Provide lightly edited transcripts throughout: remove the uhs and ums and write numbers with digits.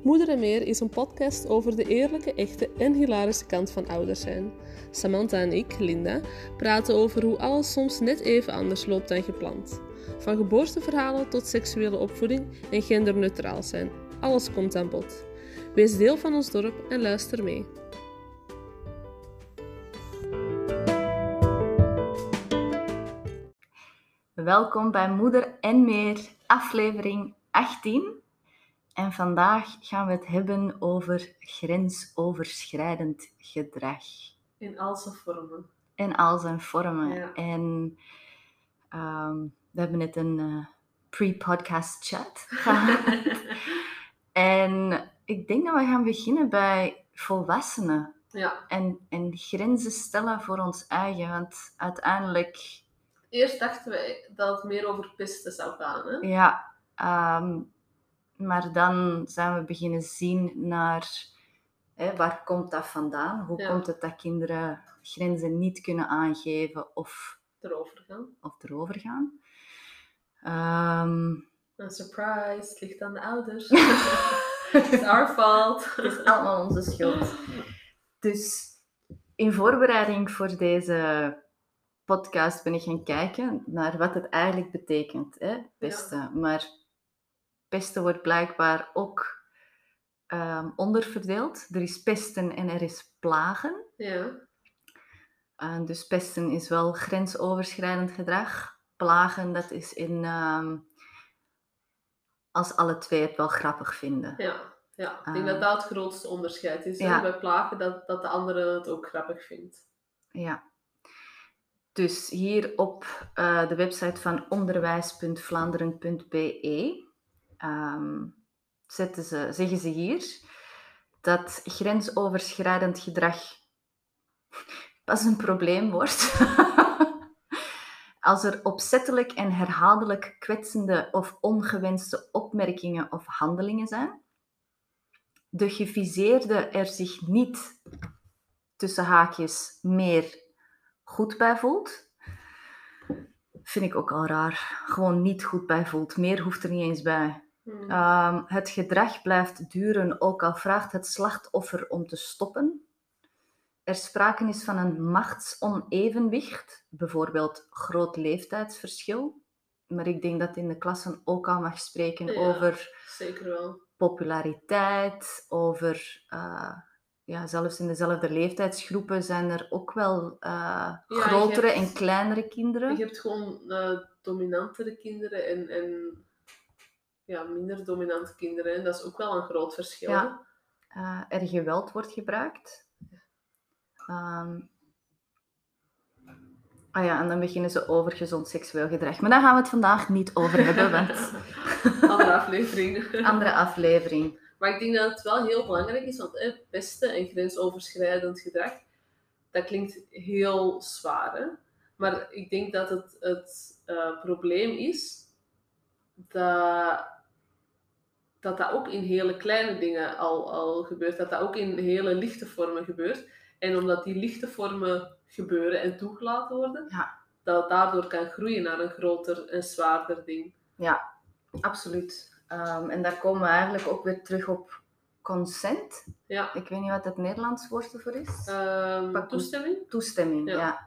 Moeder en Meer is een podcast over de eerlijke, echte en hilarische kant van ouders zijn. Samantha en ik, Linda, praten over hoe alles soms net even anders loopt dan gepland. Van geboorteverhalen tot seksuele opvoeding en genderneutraal zijn. Alles komt aan bod. Wees deel van ons dorp en luister mee. Welkom bij Moeder en Meer, aflevering 18. En vandaag gaan we het hebben over grensoverschrijdend gedrag. In al zijn vormen. In al zijn vormen. Ja. En we hebben net een pre-podcast chat gehad. En ik denk dat we gaan beginnen bij volwassenen. Ja. En grenzen stellen voor ons eigen. Want uiteindelijk... Eerst dachten we dat het meer over pesten zou gaan, hè? Ja, maar dan zijn we beginnen zien naar waar komt dat vandaan? Hoe komt het dat kinderen grenzen niet kunnen aangeven of erover gaan? Een surprise, het ligt aan de ouders. Het is our fault. Het is allemaal onze schuld. Dus in voorbereiding voor deze podcast ben ik gaan kijken naar wat het eigenlijk betekent, pesten. Ja. Maar pesten wordt blijkbaar ook onderverdeeld. Er is pesten en er is plagen. Ja. Dus pesten is wel grensoverschrijdend gedrag. Plagen, dat is als alle twee het wel grappig vinden. Ja. Ik denk dat dat het grootste onderscheid is. Ja. Bij plagen dat de andere het ook grappig vindt. Ja. Dus hier op de website van onderwijs.vlaanderen.be zeggen ze hier dat grensoverschrijdend gedrag pas een probleem wordt als er opzettelijk en herhaaldelijk kwetsende of ongewenste opmerkingen of handelingen zijn, de geviseerde er zich niet, tussen haakjes, meer goed bij voelt. Vind ik ook al raar. Gewoon niet goed bij voelt. Meer hoeft er niet eens bij. Het gedrag blijft duren, ook al vraagt het slachtoffer om te stoppen. Er sprake is van een machtsonevenwicht, bijvoorbeeld groot leeftijdsverschil. Maar ik denk dat in de klassen ook al mag spreken over zeker wel. Populariteit, over... zelfs in dezelfde leeftijdsgroepen zijn er ook wel grotere en kleinere kinderen. Je hebt gewoon dominantere kinderen en minder dominante kinderen. En dat is ook wel een groot verschil. Ja. Er geweld wordt gebruikt. En dan beginnen ze over gezond seksueel gedrag. Maar daar gaan we het vandaag niet over hebben, want... Andere aflevering. Maar ik denk dat het wel heel belangrijk is, want pesten en grensoverschrijdend gedrag, dat klinkt heel zwaar. Hè? Maar ik denk dat het probleem is dat ook in hele kleine dingen al gebeurt. Dat ook in hele lichte vormen gebeurt. En omdat die lichte vormen gebeuren en toegelaten worden, dat het daardoor kan groeien naar een groter en zwaarder ding. Ja, absoluut. En daar komen we eigenlijk ook weer terug op consent. Ja. Ik weet niet wat het Nederlands woord ervoor is. Toestemming? Toestemming, ja.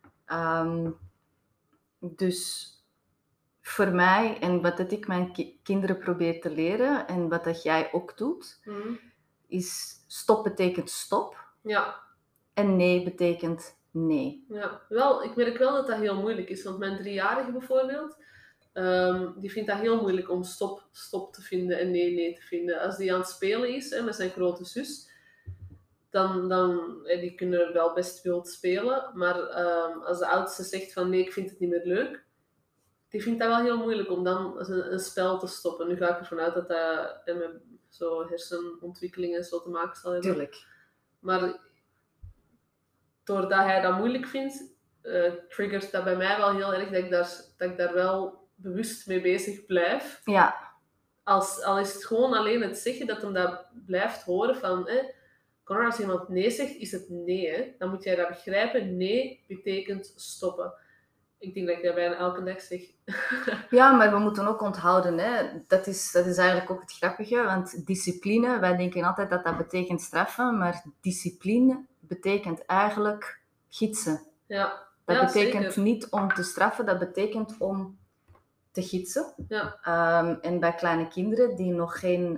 Dus voor mij, en wat dat ik mijn kinderen probeer te leren, en wat dat jij ook doet, is stop betekent stop. Ja. En nee betekent nee. Ja, wel, ik merk wel dat dat heel moeilijk is. Want mijn 3-jarige bijvoorbeeld, die vindt dat heel moeilijk om stop te vinden en nee te vinden. Als die aan het spelen is met zijn grote zus, dan die kunnen wel best wild spelen. Maar als de oudste zegt van nee, ik vind het niet meer leuk, die vindt dat wel heel moeilijk om dan een spel te stoppen. Nu ga ik ervan uit dat dat met zo hersenontwikkelingen zo te maken zal hebben. Tuurlijk. Maar doordat hij dat moeilijk vindt, triggert dat bij mij wel heel erg dat ik daar wel bewust mee bezig blijf. Ja. Al is het gewoon alleen het zeggen dat hem dat blijft horen van... Connor, als iemand nee zegt, is het nee. Hè? Dan moet jij dat begrijpen. Nee betekent stoppen. Ik denk dat ik dat bijna elke dag zeg. Ja, maar we moeten ook onthouden, hè. Dat is eigenlijk ook het grappige, want discipline, wij denken altijd dat dat betekent straffen, maar discipline betekent eigenlijk gidsen. Ja, Dat ja betekent zeker. niet om te straffen, dat betekent om te gidsen. Ja. En bij kleine kinderen die nog geen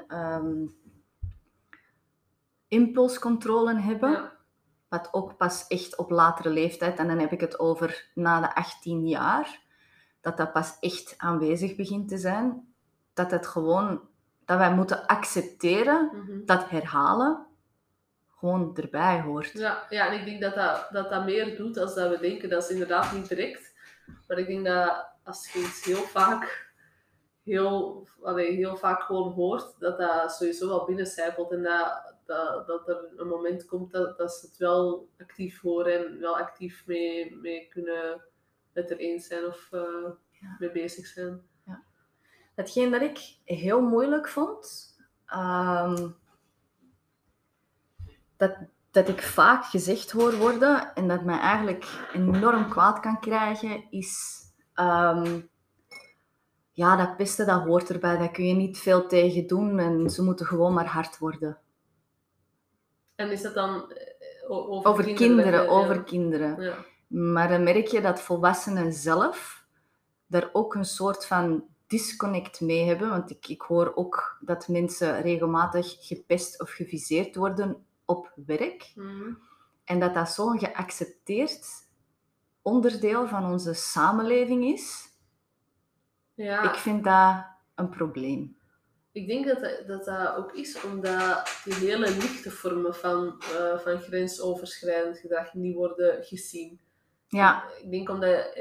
impulscontrole hebben, Ja. wat ook pas echt op latere leeftijd, en dan heb ik het over na de 18 jaar, dat pas echt aanwezig begint te zijn. Dat wij moeten accepteren dat herhalen gewoon erbij hoort. Ja, en ik denk dat meer doet dan dat we denken. Dat is inderdaad niet direct. Maar ik denk dat als je iets heel vaak gewoon hoort, dat sowieso wel binnencijpelt. En dat er een moment komt dat ze het wel actief horen en wel actief mee kunnen het er eens zijn of mee bezig zijn. Ja. Hetgeen dat ik heel moeilijk vond, dat ik vaak gezegd hoor worden en dat mij eigenlijk enorm kwaad kan krijgen, is dat pesten, dat hoort erbij, daar kun je niet veel tegen doen en ze moeten gewoon maar hard worden. En is dat dan over kinderen? Ja. Maar dan merk je dat volwassenen zelf daar ook een soort van disconnect mee hebben, want ik hoor ook dat mensen regelmatig gepest of geviseerd worden op werk. En dat zo'n geaccepteerd onderdeel van onze samenleving is. Ja. Ik vind dat een probleem. Ik denk dat ook is omdat die hele lichte vormen van grensoverschrijdend gedrag niet worden gezien. Ja. Ik denk omdat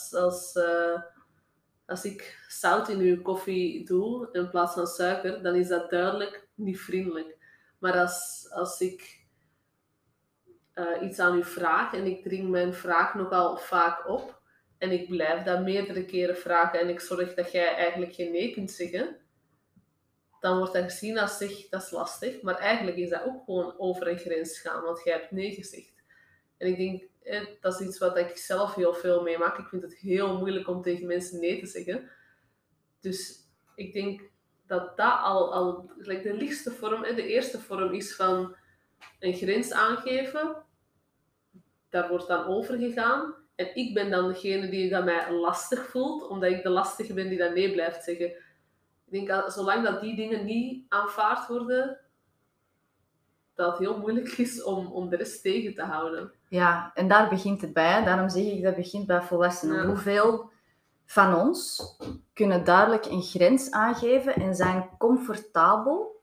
als ik zout in uw koffie doe in plaats van suiker, dan is dat duidelijk niet vriendelijk. Maar als ik iets aan u vraag en ik dring mijn vraag nogal vaak op en ik blijf dat meerdere keren vragen en ik zorg dat jij eigenlijk geen nee kunt zeggen, dan wordt dat gezien als dat is lastig. Maar eigenlijk is dat ook gewoon over een grens gaan, want jij hebt nee gezegd. En ik denk, dat is iets wat ik zelf heel veel meemaak. Ik vind het heel moeilijk om tegen mensen nee te zeggen. Dus ik denk dat al de lichtste vorm, de eerste vorm is van een grens aangeven. Daar wordt dan over gegaan. En ik ben dan degene die dat mij lastig voelt, omdat ik de lastige ben die dat nee blijft zeggen. Ik denk dat zolang dat die dingen niet aanvaard worden, dat het heel moeilijk is om de rest tegen te houden. Ja, en daar begint het bij. Hè? Daarom zeg ik dat begint bij volwassenen. Ja. Hoeveel van ons kunnen duidelijk een grens aangeven en zijn comfortabel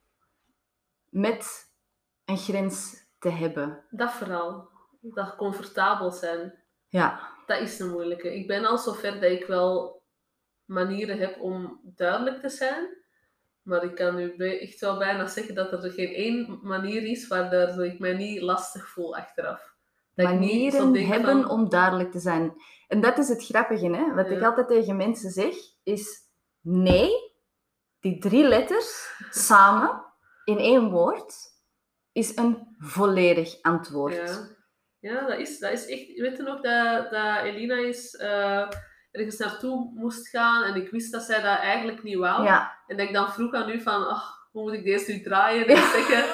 met een grens te hebben? Dat vooral. Dat comfortabel zijn. Ja. Dat is een moeilijke. Ik ben al zover dat ik wel manieren heb om duidelijk te zijn. Maar ik kan nu echt wel bijna zeggen dat er geen één manier is waardoor ik mij niet lastig voel achteraf. Dat manieren hebben om duidelijk te zijn. En dat is het grappige, hè? Wat ik altijd tegen mensen zeg, is nee, die 3 letters samen in 1 woord, is een volledig antwoord. Ja, dat is echt... Weet je nog dat Elina is ergens naartoe moest gaan en ik wist dat zij dat eigenlijk niet wou. Ja. En dat ik dan vroeg aan u van, hoe moet ik deze nu draaien en zeggen,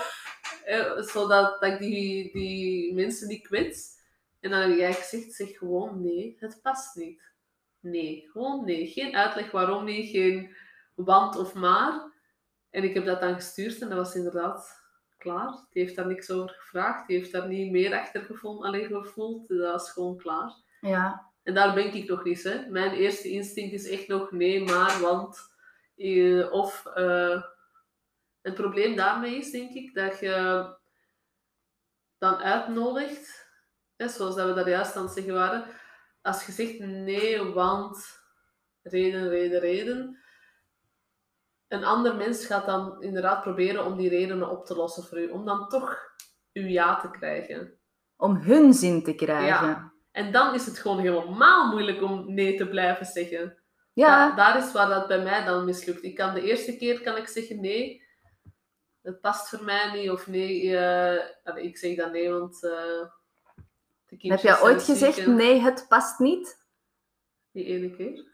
zodat ik die mensen niet kwets. En dan heb jij gezegd, zeg gewoon nee, het past niet. Nee, gewoon nee. Geen uitleg waarom niet, geen want of maar. En ik heb dat dan gestuurd en dat was inderdaad klaar. Die heeft daar niks over gevraagd. Die heeft daar niet meer achter gevoeld. Dat was gewoon klaar. Ja. En daar ben ik nog niet. Hè. Mijn eerste instinct is echt nog nee, maar, want... Het probleem daarmee is, denk ik, dat je dan uitnodigt, zoals dat we daar juist aan het zeggen waren, als je zegt nee, want reden, een ander mens gaat dan inderdaad proberen om die redenen op te lossen voor u, om dan toch uw ja te krijgen. Om hun zin te krijgen. Ja. En dan is het gewoon helemaal moeilijk om nee te blijven zeggen. Ja. Daar is waar dat bij mij dan mislukt. De eerste keer kan ik zeggen nee, het past voor mij niet, of nee, ik zeg dan nee, want de kindjes Heb jij ooit zijn gezegd ziek en... nee, het past niet? Die ene keer.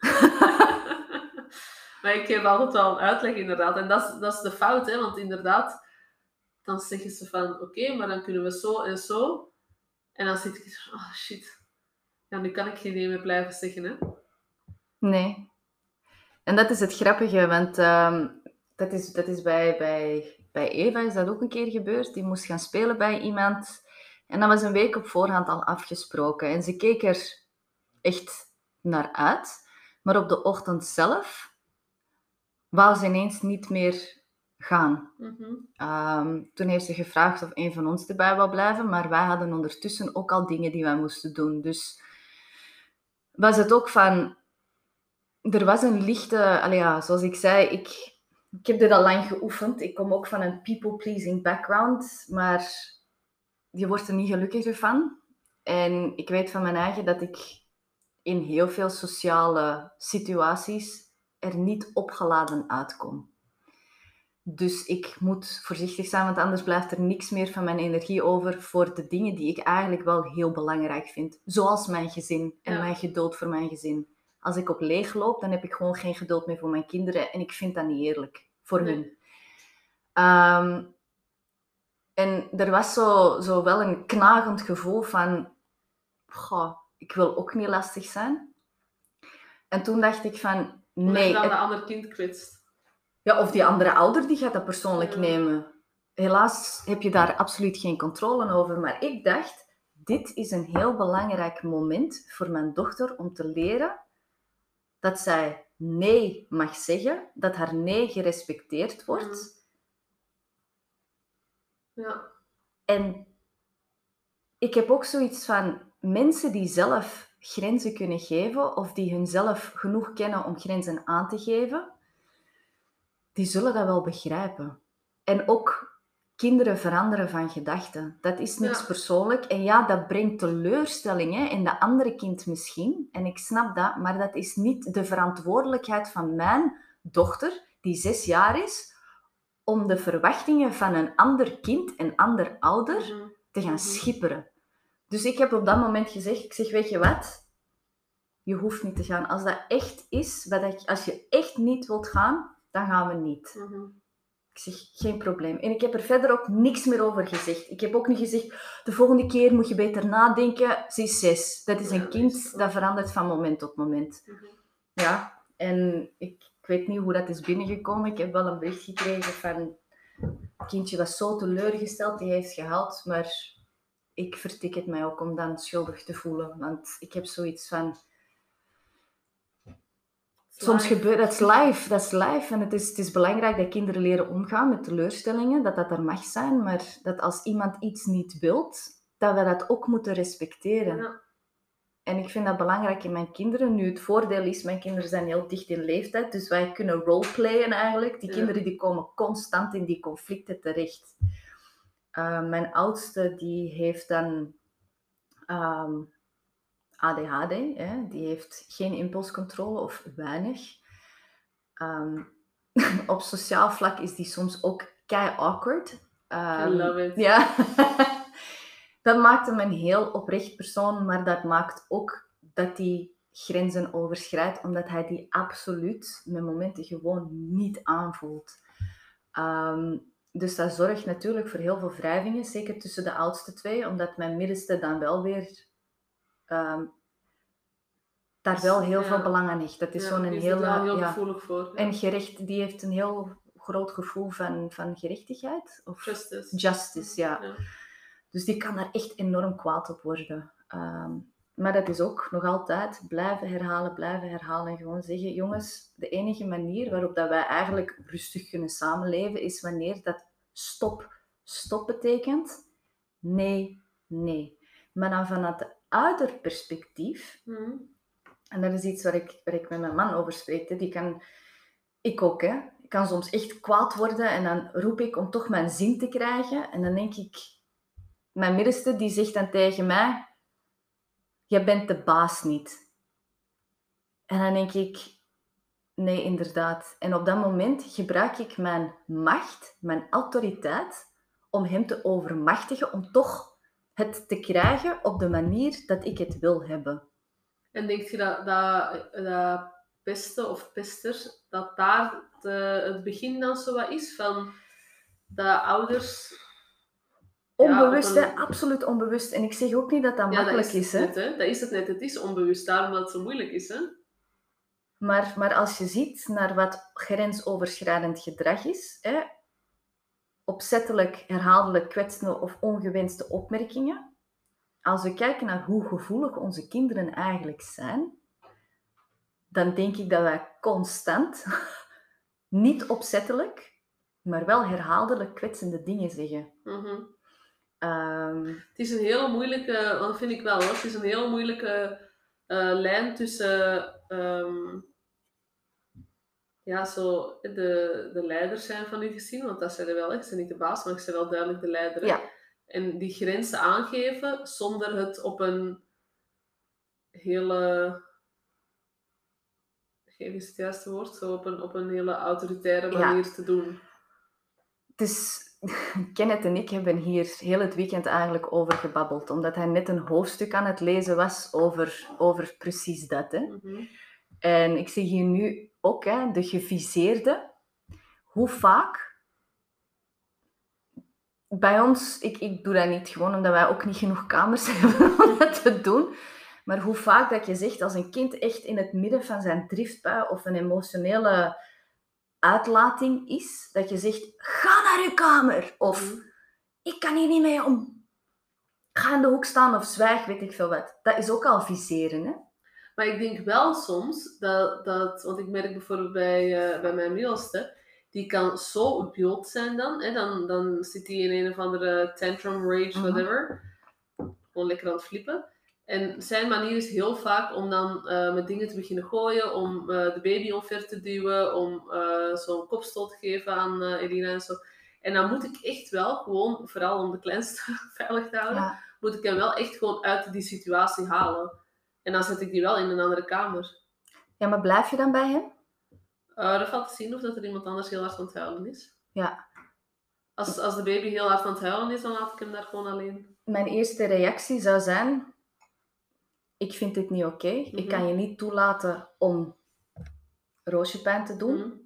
Maar ik geef altijd wel een uitleg inderdaad. En dat is de fout, hè. Want inderdaad, dan zeggen ze van, oké, maar dan kunnen we zo en zo. En dan zit ik zo, oh shit. Ja, nu kan ik geen nee meer blijven zeggen, hè. Nee. En dat is het grappige, want dat is bij Eva is dat ook een keer gebeurd. Die moest gaan spelen bij iemand. En dat was een week op voorhand al afgesproken. En ze keek er echt naar uit. Maar op de ochtend zelf wou ze ineens niet meer gaan. Toen heeft ze gevraagd of een van ons erbij wou blijven. Maar wij hadden ondertussen ook al dingen die wij moesten doen. Dus was het ook van... Er was een lichte... zoals ik zei, ik heb dit al lang geoefend. Ik kom ook van een people-pleasing background. Maar je wordt er niet gelukkiger van. En ik weet van mijn eigen dat ik in heel veel sociale situaties er niet opgeladen uitkom. Dus ik moet voorzichtig zijn, want anders blijft er niks meer van mijn energie over voor de dingen die ik eigenlijk wel heel belangrijk vind. Zoals mijn gezin en mijn geduld voor mijn gezin. Als ik op leeg loop, dan heb ik gewoon geen geduld meer voor mijn kinderen en ik vind dat niet eerlijk voor hun. En er was zo wel een knagend gevoel van, ik wil ook niet lastig zijn. En toen dacht ik van, nee. Omdat je dan de ander kind kwetst. Ja, of die andere ouder, die gaat dat persoonlijk nemen. Helaas heb je daar absoluut geen controle over. Maar ik dacht, dit is een heel belangrijk moment voor mijn dochter om te leren dat zij nee mag zeggen, dat haar nee gerespecteerd wordt. Ja. En ik heb ook zoiets van mensen die zelf grenzen kunnen geven of die hunzelf genoeg kennen om grenzen aan te geven, die zullen dat wel begrijpen. En ook kinderen veranderen van gedachten. Dat is niks persoonlijk. En ja, dat brengt teleurstellingen in de andere kind misschien. En ik snap dat, maar dat is niet de verantwoordelijkheid van mijn dochter, die 6 jaar is, om de verwachtingen van een ander kind en ander ouder te gaan schipperen. Dus ik heb op dat moment gezegd, weet je wat? Je hoeft niet te gaan. Als dat echt is, als je echt niet wilt gaan, dan gaan we niet. Ik zeg, geen probleem. En ik heb er verder ook niks meer over gezegd. Ik heb ook niet gezegd, de volgende keer moet je beter nadenken. Ze is 6. Dat is een kind dat verandert van moment tot moment. Ja, en ik weet niet hoe dat is binnengekomen. Ik heb wel een bericht gekregen van... Het kindje was zo teleurgesteld, die heeft gehaald. Maar ik vertik het mij ook om dan schuldig te voelen. Want ik heb zoiets van... Soms gebeurt dat is live. En het is belangrijk dat kinderen leren omgaan met teleurstellingen, dat er mag zijn, maar dat als iemand iets niet wilt, dat we dat ook moeten respecteren. Ja. En ik vind dat belangrijk in mijn kinderen. Nu, het voordeel is, mijn kinderen zijn heel dicht in leeftijd, dus wij kunnen roleplayen eigenlijk. Die kinderen die komen constant in die conflicten terecht. Mijn oudste, die heeft dan... ADHD, die heeft geen impulscontrole of weinig. Op sociaal vlak is die soms ook kei awkward. I love it. Ja. Dat maakt hem een heel oprecht persoon, maar dat maakt ook dat hij grenzen overschrijdt, omdat hij die absoluut met momenten gewoon niet aanvoelt. Dus dat zorgt natuurlijk voor heel veel wrijvingen, zeker tussen de oudste 2, omdat mijn middenste dan wel weer... daar wel heel veel belang aan hecht. Dat is zo'n heel gevoelig voor. Ja. En die heeft een heel groot gevoel van gerechtigheid. Of Justice, ja. Dus die kan daar echt enorm kwaad op worden. Maar dat is ook nog altijd blijven herhalen en gewoon zeggen, jongens, de enige manier waarop dat wij eigenlijk rustig kunnen samenleven is wanneer dat stop betekent. Nee. Maar dan vanuit de ouderperspectief, en dat is iets waar ik met mijn man over spreek, ik ook, hè. Ik kan soms echt kwaad worden en dan roep ik om toch mijn zin te krijgen. En dan denk ik, mijn middenste die zegt dan tegen mij, jij bent de baas niet. En dan denk ik, nee, inderdaad. En op dat moment gebruik ik mijn macht, mijn autoriteit, om hem te overmachtigen, om toch het te krijgen op de manier dat ik het wil hebben. En denk je dat pesten of pesters, dat daar het begin dan zo wat is van dat ouders Onbewust, op hè? een... Absoluut onbewust. En ik zeg ook niet dat dat Ja, dat makkelijk is het is, hè? net, hè. Dat is het net. Het is onbewust, daarom dat het zo moeilijk is, hè. Maar als je ziet naar wat grensoverschrijdend gedrag is, hè, opzettelijk, herhaaldelijk kwetsende of ongewenste opmerkingen, als we kijken naar hoe gevoelig onze kinderen eigenlijk zijn, dan denk ik dat wij constant, niet opzettelijk, maar wel herhaaldelijk kwetsende dingen zeggen. Mhm. Het is een hele moeilijke, dat vind ik wel hoor, het is een hele moeilijke lijn tussen zo de leiders zijn van je gezin, want dat zijn er wel, ik ben niet de baas, maar ik ben wel duidelijk de leider. Ja. En die grenzen aangeven zonder het op een hele, geef eens het juiste woord, zo op een hele autoritaire manier te doen. Dus Kenneth en ik hebben hier heel het weekend eigenlijk over gebabbeld, omdat hij net een hoofdstuk aan het lezen was over precies dat. Hè. En ik zie hier nu ook, hè, de geviseerde, hoe vaak bij ons, ik doe dat niet gewoon omdat wij ook niet genoeg kamers hebben om dat te doen, maar hoe vaak dat je zegt als een kind echt in het midden van zijn driftbui of een emotionele uitlating is, dat je zegt, ga naar je kamer, of ik kan hier niet mee om, ga in de hoek staan of zwijg, weet ik veel wat. Dat is ook al viseren, hè? Maar ik denk wel soms dat want ik merk bijvoorbeeld bij mijn middelste, die kan zo wild zijn dan, hè, dan zit hij in een of andere tantrum, rage, whatever, gewoon lekker aan het flippen. En zijn manier is heel vaak om dan met dingen te beginnen gooien, om de baby omver te duwen, om zo'n kopstoot te geven aan Elina en zo. En dan moet ik echt wel gewoon, vooral om de kleinste veilig te houden, moet ik hem wel echt gewoon uit die situatie halen. En dan zet ik die wel in een andere kamer. Ja, maar blijf je dan bij hem? Dat valt te zien of dat er iemand anders heel hard aan het huilen is. Ja. Als de baby heel hard aan het huilen is, dan laat ik hem daar gewoon alleen. Mijn eerste reactie zou zijn, ik vind dit niet oké. Ik kan je niet toelaten om Roosje pijn te doen.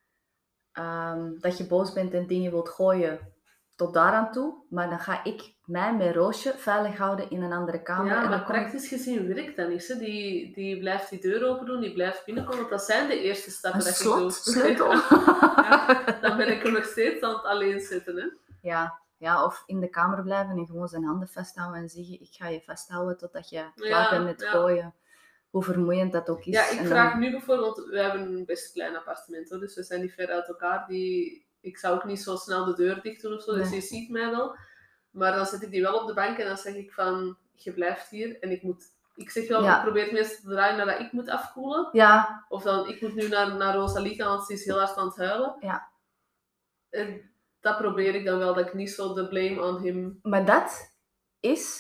Dat je boos bent en dingen wilt gooien, tot daaraan toe. Maar dan ga ik mij met Roosje veilig houden in een andere kamer. Ja, en maar praktisch gezien werkt dat niet. Hè. Die blijft die deur open doen, die blijft binnenkomen. Want dat zijn de eerste stappen een dat slot, je doet. sleutel. Dan ben ik hem nog steeds aan het alleen zetten. Hè. Ja, of in de kamer blijven en gewoon zijn handen vasthouden en zeggen, ik ga je vasthouden totdat je klaar bent met gooien. Hoe vermoeiend dat ook is. Ja, ik vraag nu bijvoorbeeld, we hebben een best klein appartement, hoor, dus we zijn niet ver uit elkaar. Ik zou ook niet zo snel de deur dicht doen of zo, dus je ziet mij wel. Maar dan zet ik die wel op de bank en dan zeg ik van, je blijft hier. En ik zeg wel, ik probeer het meestal te draaien nadat ik moet afkoelen. Ja. Of dan, ik moet nu naar Rosalie gaan, want ze is heel hard aan het huilen. Ja. En dat probeer ik dan wel, dat ik niet zo de blame aan hem... Maar dat is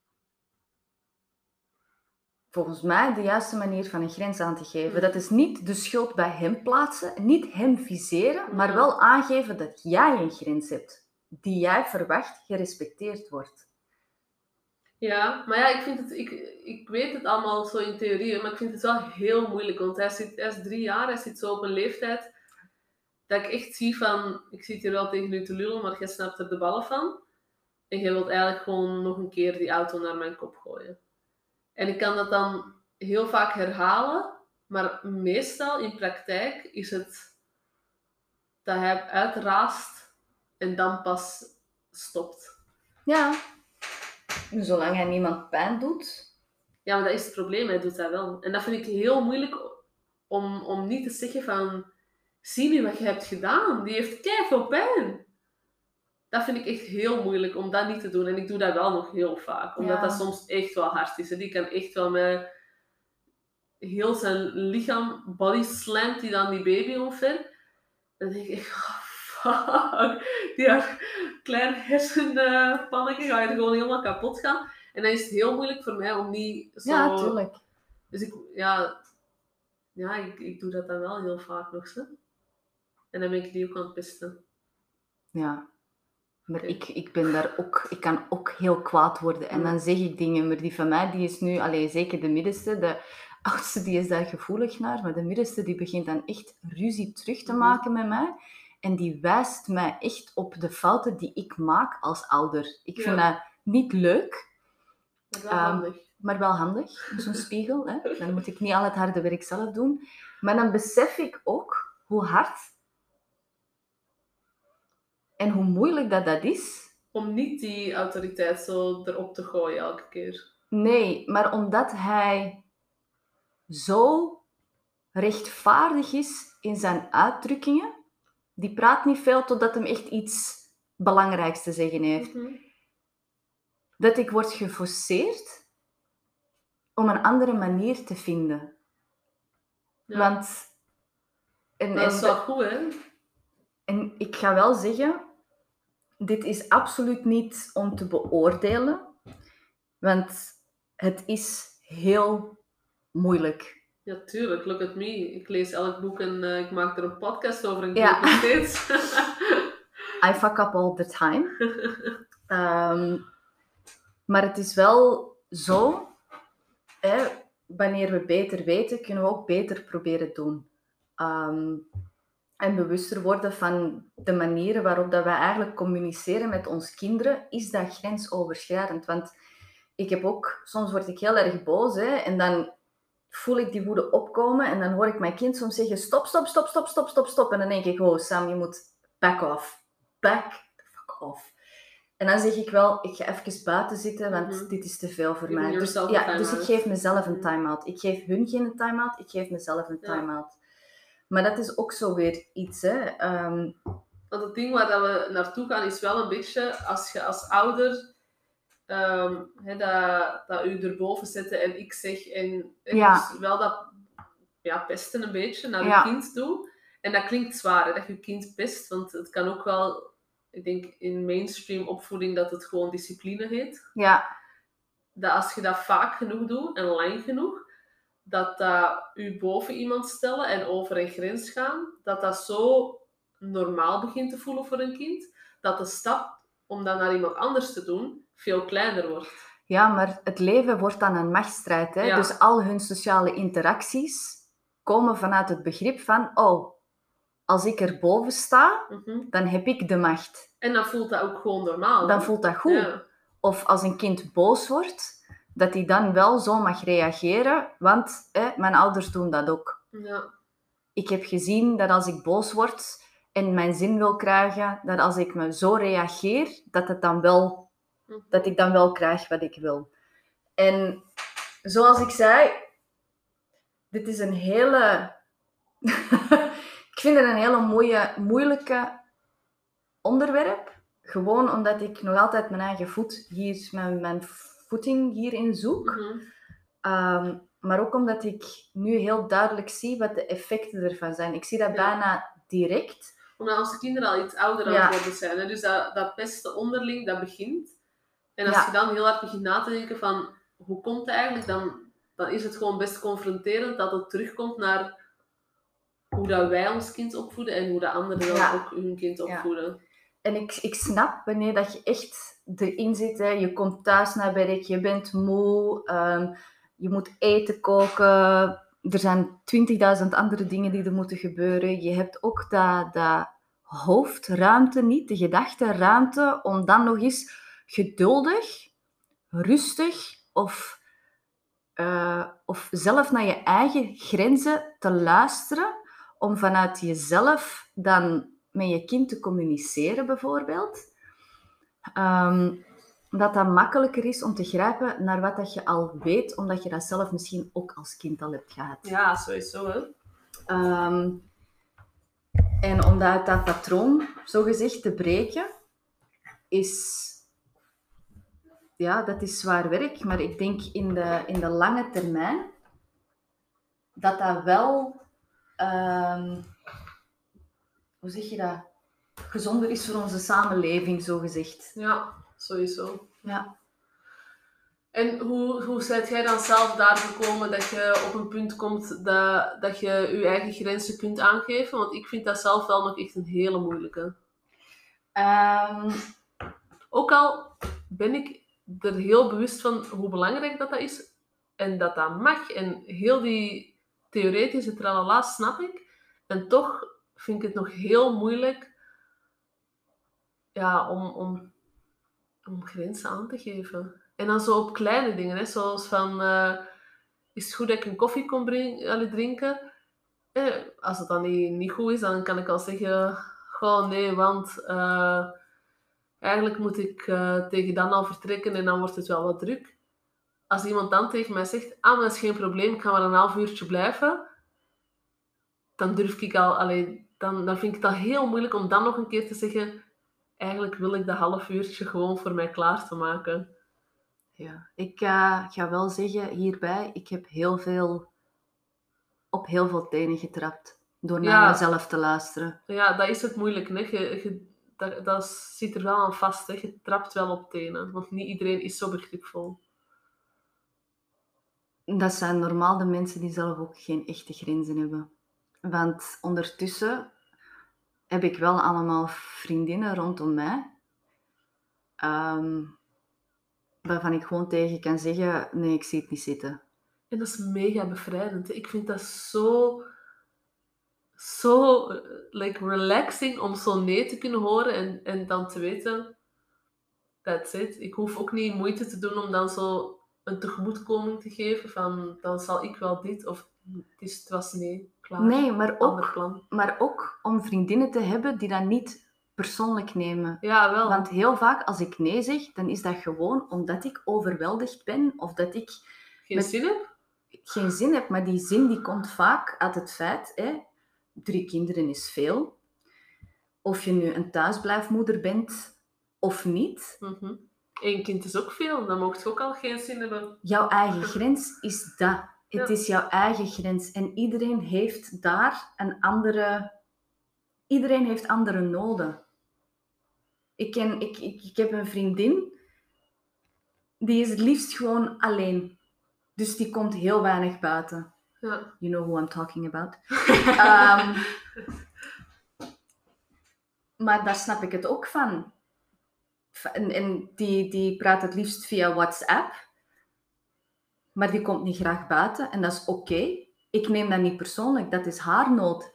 volgens mij de juiste manier van een grens aan te geven. Dat is niet de schuld bij hem plaatsen, niet hem viseren, maar wel aangeven dat jij een grens hebt die jij verwacht gerespecteerd wordt. Ja, maar ja, ik weet het allemaal zo in theorie, maar ik vind het wel heel moeilijk, want hij is 3 jaar, hij zit zo op een leeftijd dat ik echt zie van, ik zit hier wel tegen u te lullen, maar jij snapt er de ballen van. En jij wilt eigenlijk gewoon nog een keer die auto naar mijn kop gooien. En ik kan dat dan heel vaak herhalen, maar meestal in praktijk is het dat hij uitraast en dan pas stopt. Ja, zolang hij niemand pijn doet. Ja, maar dat is het probleem, hij doet dat wel. En dat vind ik heel moeilijk om niet te zeggen van, zie nu wat je hebt gedaan, die heeft keiveel pijn. Dat vind ik echt heel moeilijk om dat niet te doen. En ik doe dat wel nog heel vaak. Omdat dat soms echt wel hard is. Hè. Die kan echt wel met heel zijn lichaam body slamt die dan die baby omver. Dan denk ik, oh, fuck. Die haar klein hersenpannetje ga je er gewoon helemaal kapot gaan. En dan is het heel moeilijk voor mij om niet zo... Ja, tuurlijk. Dus ik doe dat dan wel heel vaak nog. Zo. En dan ben ik die ook aan het pesten. Ja. Maar ik ben daar ook... Ik kan ook heel kwaad worden. En dan zeg ik dingen. Maar die van mij, die is nu... zeker de middenste. De oudste, die is daar gevoelig naar. Maar de middenste, die begint dan echt ruzie terug te maken met mij. En die wijst mij echt op de fouten die ik maak als ouder. Ik vind dat niet leuk. Wel handig. Maar wel handig, zo'n spiegel. Hè? Dan moet ik niet al het harde werk zelf doen. Maar dan besef ik ook hoe hard en hoe moeilijk dat is. Om niet die autoriteit zo erop te gooien elke keer. Nee, maar omdat hij zo rechtvaardig is in zijn uitdrukkingen. Die praat niet veel totdat hem echt iets belangrijks te zeggen heeft. Dat ik word geforceerd om een andere manier te vinden. Ja. Want... Dat is wel goed, hè? En ik ga wel zeggen, dit is absoluut niet om te beoordelen, want het is heel moeilijk. Ja, tuurlijk. Look at me. Ik lees elk boek en ik maak er een podcast over en ik doe het nog steeds. I fuck up all the time. Maar het is wel zo, wanneer we beter weten, kunnen we ook beter proberen doen. En bewuster worden van de manieren waarop dat wij eigenlijk communiceren met onze kinderen, is dat grensoverschrijdend. Want ik heb ook, soms word ik heel erg boos, en dan voel ik die woede opkomen en dan hoor ik mijn kind soms zeggen stop, stop, stop, stop, stop, stop, stop. En dan denk ik, oh Sam, je moet back off. Back the fuck off. En dan zeg ik wel, ik ga even buiten zitten, want dit is te veel voor mij. Dus ik geef mezelf een time-out. Ik geef hun geen time-out, ik geef mezelf een time-out. Maar dat is ook zo weer iets, hè. Want het ding waar dat we naartoe gaan is wel een beetje, als je als ouder dat u erboven zetten en ik zeg, en dus wel dat pesten een beetje naar je kind toe. En dat klinkt zwaar, hè, dat je kind pest, want het kan ook wel, ik denk in mainstream opvoeding dat het gewoon discipline heet. Ja. Dat als je dat vaak genoeg doet en lang genoeg, dat u boven iemand stellen en over een grens gaan, dat zo normaal begint te voelen voor een kind, dat de stap om dat naar iemand anders te doen veel kleiner wordt. Ja, maar het leven wordt dan een machtsstrijd. Hè? Ja. Dus al hun sociale interacties komen vanuit het begrip van, als ik erboven sta, dan heb ik de macht. En dan voelt dat ook gewoon normaal. Dan voelt dat goed. Ja. Of als een kind boos wordt, dat hij dan wel zo mag reageren, want mijn ouders doen dat ook. Ja. Ik heb gezien dat als ik boos word en mijn zin wil krijgen, dat als ik me zo reageer, dat ik dan wel krijg wat ik wil. En zoals ik zei, dit is een hele... ik vind het een hele moeilijke onderwerp. Gewoon omdat ik nog altijd mijn eigen mijn voeting hierin zoek. Maar ook omdat ik nu heel duidelijk zie wat de effecten ervan zijn. Ik zie dat bijna direct. Omdat onze kinderen al iets ouder aan het worden zijn. Hè? Dus dat pesten onderling, dat begint. En als je dan heel hard begint na te denken van, hoe komt het eigenlijk? Dan is het gewoon best confronterend dat het terugkomt naar hoe dat wij ons kind opvoeden en hoe de anderen dan ook hun kind opvoeden. Ja. En ik snap wanneer dat je echt erin zit. Hè. Je komt thuis naar werk, je bent moe, je moet eten koken. Er zijn 20.000 andere dingen die er moeten gebeuren. Je hebt ook dat hoofdruimte niet, de gedachtenruimte, om dan nog eens geduldig, rustig of zelf naar je eigen grenzen te luisteren, om vanuit jezelf dan met je kind te communiceren bijvoorbeeld. Dat makkelijker is om te grijpen naar wat dat je al weet, omdat je dat zelf misschien ook als kind al hebt gehad. Ja, sowieso. Hè? En om dat patroon, zogezegd, te breken, dat is zwaar werk. Maar ik denk in de lange termijn dat wel... hoe zeg je dat? Gezonder is voor onze samenleving, zogezegd. Ja, sowieso. Ja. En hoe zijt jij dan zelf daar gekomen dat je op een punt komt dat je je eigen grenzen kunt aangeven? Want ik vind dat zelf wel nog echt een hele moeilijke. Ook al ben ik er heel bewust van hoe belangrijk dat is en dat dat mag en heel die theoretische tralala snap ik. En toch vind ik het nog heel moeilijk om grenzen aan te geven. En dan zo op kleine dingen, hè, zoals van... is het goed dat ik een koffie kon drinken? Als het dan niet goed is, dan kan ik al zeggen... Goh, nee, want eigenlijk moet ik tegen dan al vertrekken en dan wordt het wel wat druk. Als iemand dan tegen mij zegt... maar dat is geen probleem, ik ga maar een half uurtje blijven. Dan durf ik al... Dan vind ik het al heel moeilijk om dan nog een keer te zeggen... Eigenlijk wil ik dat half uurtje gewoon voor mij klaar te maken. Ja, ik ga wel zeggen hierbij, ik heb op heel veel tenen getrapt. Door naar mezelf te luisteren. Ja, dat is het moeilijk. Hè? Dat zit er wel aan vast. Hè? Je trapt wel op tenen. Want niet iedereen is zo begripvol. Dat zijn normaal de mensen die zelf ook geen echte grenzen hebben. Want ondertussen heb ik wel allemaal vriendinnen rondom mij. Waarvan ik gewoon tegen kan zeggen, nee, ik zie het niet zitten. En dat is mega bevrijdend. Hè? Ik vind dat relaxing om zo nee te kunnen horen en dan te weten, that's it. Ik hoef ook niet moeite te doen om dan zo een tegemoetkoming te geven van, dan zal ik wel dit, of het was nee, klaar. Nee, maar ook om vriendinnen te hebben die dat niet persoonlijk nemen. Ja, wel. Want heel vaak als ik nee zeg, dan is dat gewoon omdat ik overweldigd ben of dat ik... Geen zin heb, maar die zin die komt vaak uit het feit, 3 kinderen is veel. Of je nu een thuisblijfmoeder bent of niet. 1 kind is ook veel, dan mocht je ook al geen zin hebben. Jouw eigen grens is dat. Het is jouw eigen grens. En iedereen heeft daar Iedereen heeft andere noden. Ik heb een vriendin, die is het liefst gewoon alleen. Dus die komt heel weinig buiten. Ja. You know who I'm talking about. Maar daar snap ik het ook van. En die praat het liefst via WhatsApp. Maar die komt niet graag buiten. En dat is oké. Ik neem dat niet persoonlijk. Dat is haar nood.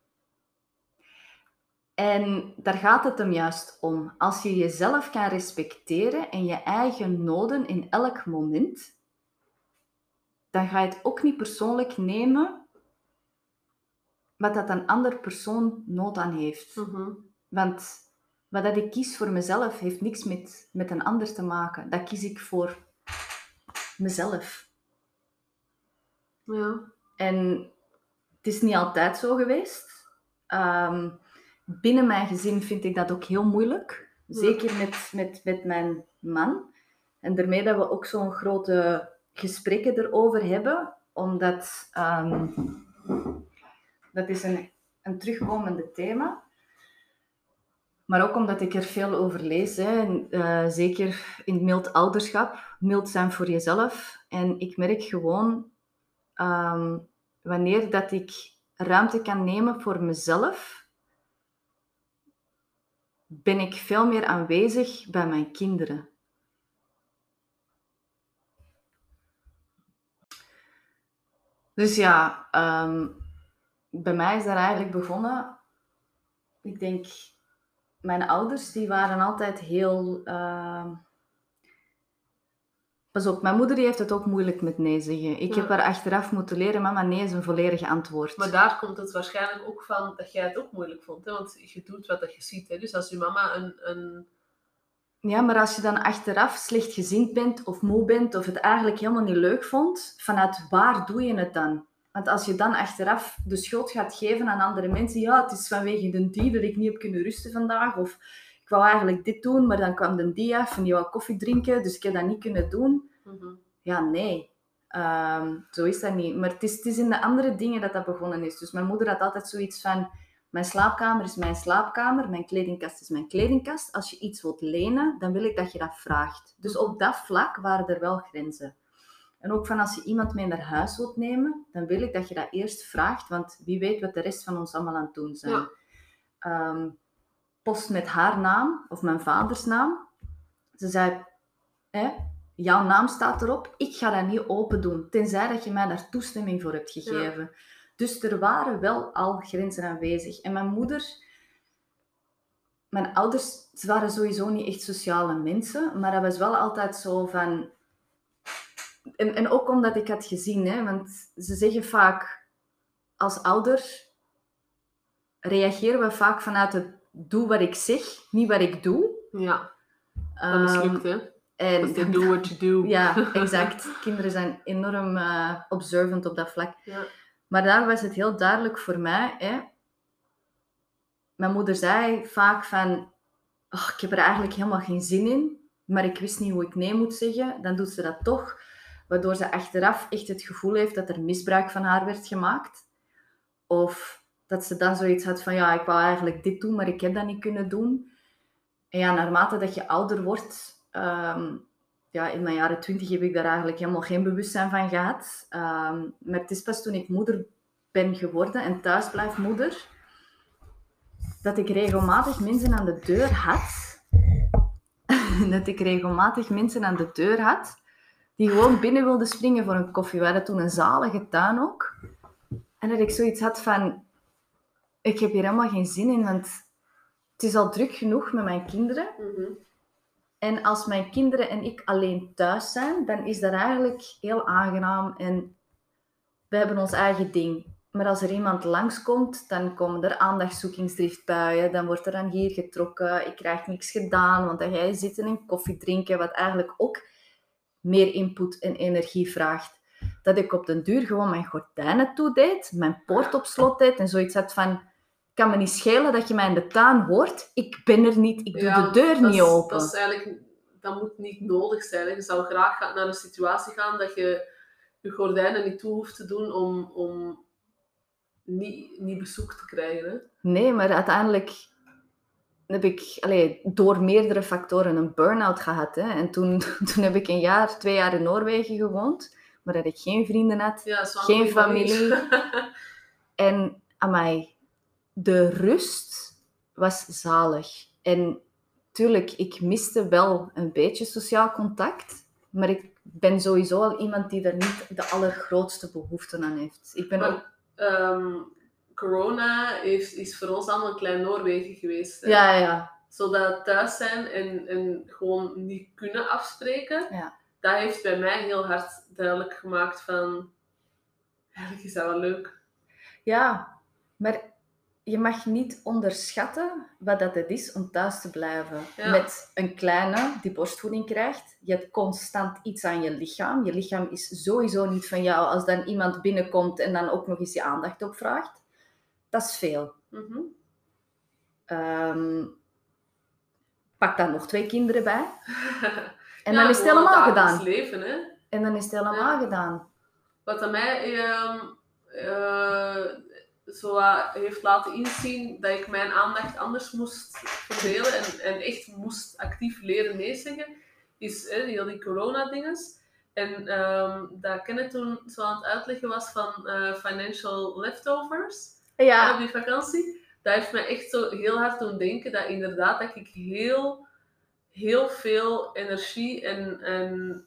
En daar gaat het hem juist om. Als je jezelf kan respecteren en je eigen noden in elk moment... dan ga je het ook niet persoonlijk nemen wat dat een ander persoon nood aan heeft. Want wat dat ik kies voor mezelf heeft niks met een ander te maken. Dat kies ik voor mezelf. Ja. En het is niet altijd zo geweest. Binnen mijn gezin vind ik dat ook heel moeilijk. Zeker met mijn man. En daarmee dat we ook zo'n grote gesprekken erover hebben. Omdat dat is een terugkomende thema. Maar ook omdat ik er veel over lees. Zeker in mild ouderschap. Mild zijn voor jezelf. En ik merk gewoon... wanneer dat ik ruimte kan nemen voor mezelf... ben ik veel meer aanwezig bij mijn kinderen. Dus ja, bij mij is dat eigenlijk begonnen. Ik denk, mijn ouders die waren altijd heel... Pas op, mijn moeder die heeft het ook moeilijk met nee zeggen. Ik heb haar achteraf moeten leren, mama, nee is een volledig antwoord. Maar daar komt het waarschijnlijk ook van dat jij het ook moeilijk vond. Hè? Want je doet wat je ziet. Hè? Dus als je mama een... Ja, maar als je dan achteraf slechtgezind bent of moe bent of het eigenlijk helemaal niet leuk vond, vanuit waar doe je het dan? Want als je dan achteraf de schuld gaat geven aan andere mensen, ja, het is vanwege de die dat ik niet heb kunnen rusten vandaag, of ik wou eigenlijk dit doen, maar dan kwam de die af en die wou koffie drinken, dus ik heb dat niet kunnen doen. Ja, nee. Zo is dat niet. Maar het is in de andere dingen dat begonnen is. Dus mijn moeder had altijd zoiets van... Mijn slaapkamer is mijn slaapkamer. Mijn kledingkast is mijn kledingkast. Als je iets wilt lenen, dan wil ik dat je dat vraagt. Dus op dat vlak waren er wel grenzen. En ook van als je iemand mee naar huis wilt nemen, dan wil ik dat je dat eerst vraagt. Want wie weet wat de rest van ons allemaal aan het doen zijn. Ja. Post met haar naam of mijn vaders naam. Ze zei, jouw naam staat erop, ik ga dat niet open doen, tenzij dat je mij daar toestemming voor hebt gegeven. Ja. Dus er waren wel al grenzen aanwezig. En mijn ouders, ze waren sowieso niet echt sociale mensen, maar dat was wel altijd zo van... En ook omdat ik had gezien, want ze zeggen vaak, als ouder reageren we vaak vanuit het doe wat ik zeg, niet wat ik doe. Ja, dat mislukt, hè? En do what you do. Ja, exact. Kinderen zijn enorm observant op dat vlak. Ja. Maar daar was het heel duidelijk voor mij. Mijn moeder zei vaak van... Oh, ik heb er eigenlijk helemaal geen zin in, maar ik wist niet hoe ik nee moet zeggen. Dan doet ze dat toch, waardoor ze achteraf echt het gevoel heeft dat er misbruik van haar werd gemaakt. Of dat ze dan zoiets had van, ja, ik wou eigenlijk dit doen, maar ik heb dat niet kunnen doen. En ja, naarmate dat je ouder wordt... in mijn jaren 20 heb ik daar eigenlijk helemaal geen bewustzijn van gehad. Maar het is pas toen ik moeder ben geworden en thuisblijfmoeder, dat ik regelmatig mensen aan de deur had. Die gewoon binnen wilden springen voor een koffie. We hadden toen een zalige tuin ook. En dat ik zoiets had van... Ik heb hier helemaal geen zin in, want het is al druk genoeg met mijn kinderen. Mm-hmm. En als mijn kinderen en ik alleen thuis zijn, dan is dat eigenlijk heel aangenaam. En we hebben ons eigen ding. Maar als er iemand langskomt, dan komen er aandachtszoekingsdriftbuien. Dan wordt er dan hier getrokken. Ik krijg niks gedaan, want dan ga je zitten en koffie drinken. Wat eigenlijk ook meer input en energie vraagt. Dat ik op den duur gewoon mijn gordijnen toedeed. Mijn poort op slot deed. En zoiets had van... kan me niet schelen dat je mij in de tuin hoort. Ik ben er niet. Ik doe de deur niet open. Dat moet niet nodig zijn. Je zou graag naar een situatie gaan dat je je gordijnen niet toe hoeft te doen om niet bezoek te krijgen. Hè? Nee, maar uiteindelijk heb ik door meerdere factoren een burn-out gehad. Hè. En toen heb ik 2 jaar in Noorwegen gewoond, maar dat ik geen vrienden had, geen familie. En amai, de rust was zalig. En tuurlijk, ik miste wel een beetje sociaal contact, maar ik ben sowieso al iemand die er niet de allergrootste behoefte aan heeft. Corona is voor ons allemaal een klein Noorwegen geweest. Hè? Ja. Zodat thuis zijn en gewoon niet kunnen afspreken, dat heeft bij mij heel hard duidelijk gemaakt van, eigenlijk is dat wel leuk. Ja, maar je mag niet onderschatten wat dat het is om thuis te blijven. Ja. Met een kleine die borstvoeding krijgt. Je hebt constant iets aan je lichaam. Je lichaam is sowieso niet van jou als dan iemand binnenkomt en dan ook nog eens je aandacht opvraagt. Dat is veel. Mm-hmm. Pak dan nog 2 kinderen bij. En dan is het helemaal gedaan. Leven, hè? En dan is het helemaal gedaan. Wat aan mij zo heeft laten inzien dat ik mijn aandacht anders moest verdelen en echt moest actief leren nee zeggen, is heel die corona-dinges. En dat Kenneth toen zo aan het uitleggen was van financial leftovers op die vakantie. Dat heeft mij echt zo heel hard doen denken dat inderdaad dat ik heel, heel veel energie en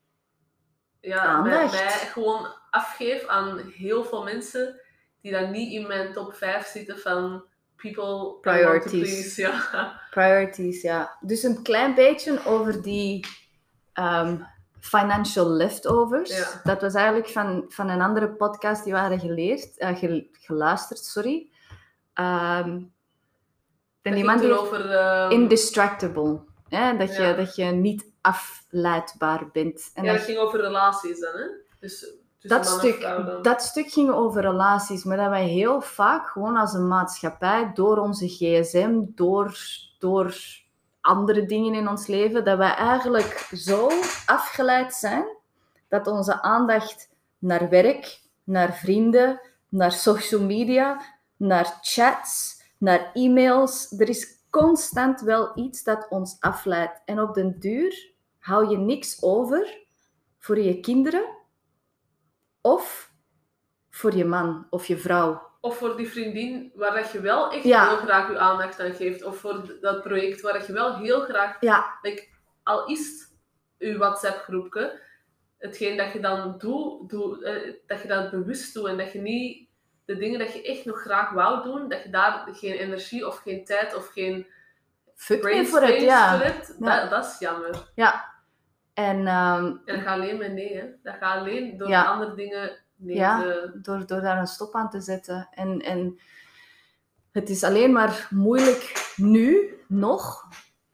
mij gewoon afgeef aan heel veel mensen die dan niet in mijn top 5 zitten van people priorities. Priorities, ja. Dus een klein beetje over die financial leftovers. Ja. Dat was eigenlijk van een andere podcast die we hadden geluisterd, sorry. En die man die over indistractable. Dat je niet afleidbaar bent. En dat ging over relaties dan, hè? Dus dat stuk ging over relaties, maar dat wij heel vaak gewoon als een maatschappij, door onze gsm, door andere dingen in ons leven, dat wij eigenlijk zo afgeleid zijn dat onze aandacht naar werk, naar vrienden, naar social media, naar chats, naar e-mails, er is constant wel iets dat ons afleidt. En op den duur hou je niks over voor je kinderen of voor je man of je vrouw. Of voor die vriendin waar dat je wel echt heel graag je aandacht aan geeft. Of voor dat project waar dat je wel heel graag... Ja. al is het je WhatsApp-groepje, hetgeen dat je dan doet, dat je dat bewust doet en dat je niet de dingen dat je echt nog graag wou doen, dat je daar geen energie of geen tijd of geen Fuck brain me voor het, space ja. voor hebt, Ja. dat is jammer. Ja. En dat gaat alleen met nee, hè. Dat gaat alleen door Ja. andere dingen nee ja, te... door daar een stop aan te zetten. En het is alleen maar moeilijk nu, nog,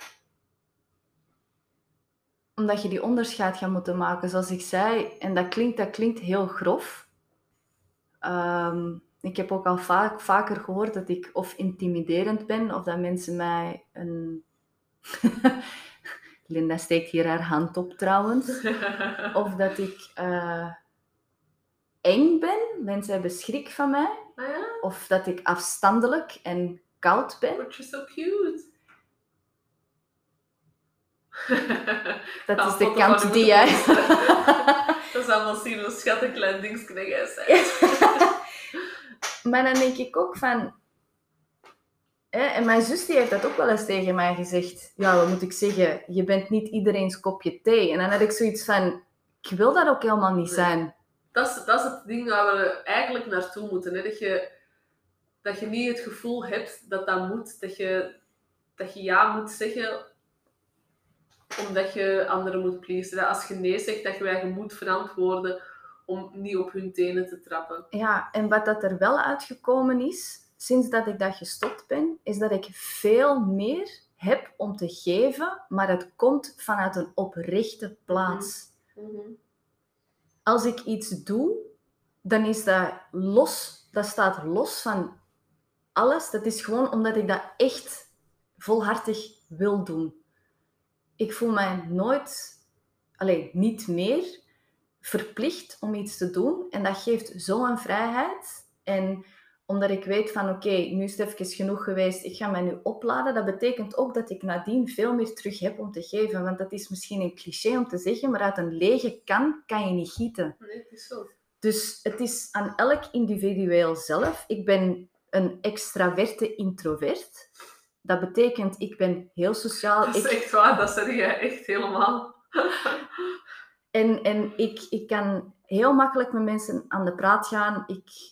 omdat je die onderscheid gaat moeten maken. Zoals ik zei, en dat klinkt heel grof. Ik heb ook al vaker gehoord dat ik of intimiderend ben, of dat mensen mij een... Linda steekt hier haar hand op trouwens. Of dat ik eng ben. Mensen hebben schrik van mij. Ah ja? Of dat ik afstandelijk en koud ben. But you're so cute. Dat Ga is een de foto kant van u die moeten jij... posten. Dat is allemaal zien hoe schattig klein dingetje jij bent. Maar dan denk ik ook van... En mijn zus die heeft dat ook wel eens tegen mij gezegd. Ja, wat moet ik zeggen? Je bent niet iedereen's kopje thee. En dan had ik zoiets van... Ik wil dat ook helemaal niet zijn. Dat is het ding waar we eigenlijk naartoe moeten. Hè? Dat je niet het gevoel hebt dat dat moet. Dat je ja moet zeggen omdat je anderen moet pleasen. Dat als je nee zegt, dat je je moet verantwoorden om niet op hun tenen te trappen. Ja, en wat dat er wel uitgekomen is, sinds dat ik dat gestopt ben, is dat ik veel meer heb om te geven, maar het komt vanuit een oprechte plaats. Mm-hmm. Als ik iets doe, dan is dat los, dat staat los van alles. Dat is gewoon omdat ik dat echt volhartig wil doen. Ik voel mij nooit, niet meer verplicht om iets te doen. En dat geeft zo'n vrijheid. En omdat ik weet van oké, nu is het even genoeg geweest, ik ga mij nu opladen. Dat betekent ook dat ik nadien veel meer terug heb om te geven. Want dat is misschien een cliché om te zeggen, maar uit een lege kan je niet gieten. Nee, het is zo. Dus het is aan elk individueel zelf. Ik ben een extraverte introvert. Dat betekent, ik ben heel sociaal. Dat is echt waar, dat zeg jij echt helemaal. En ik kan heel makkelijk met mensen aan de praat gaan.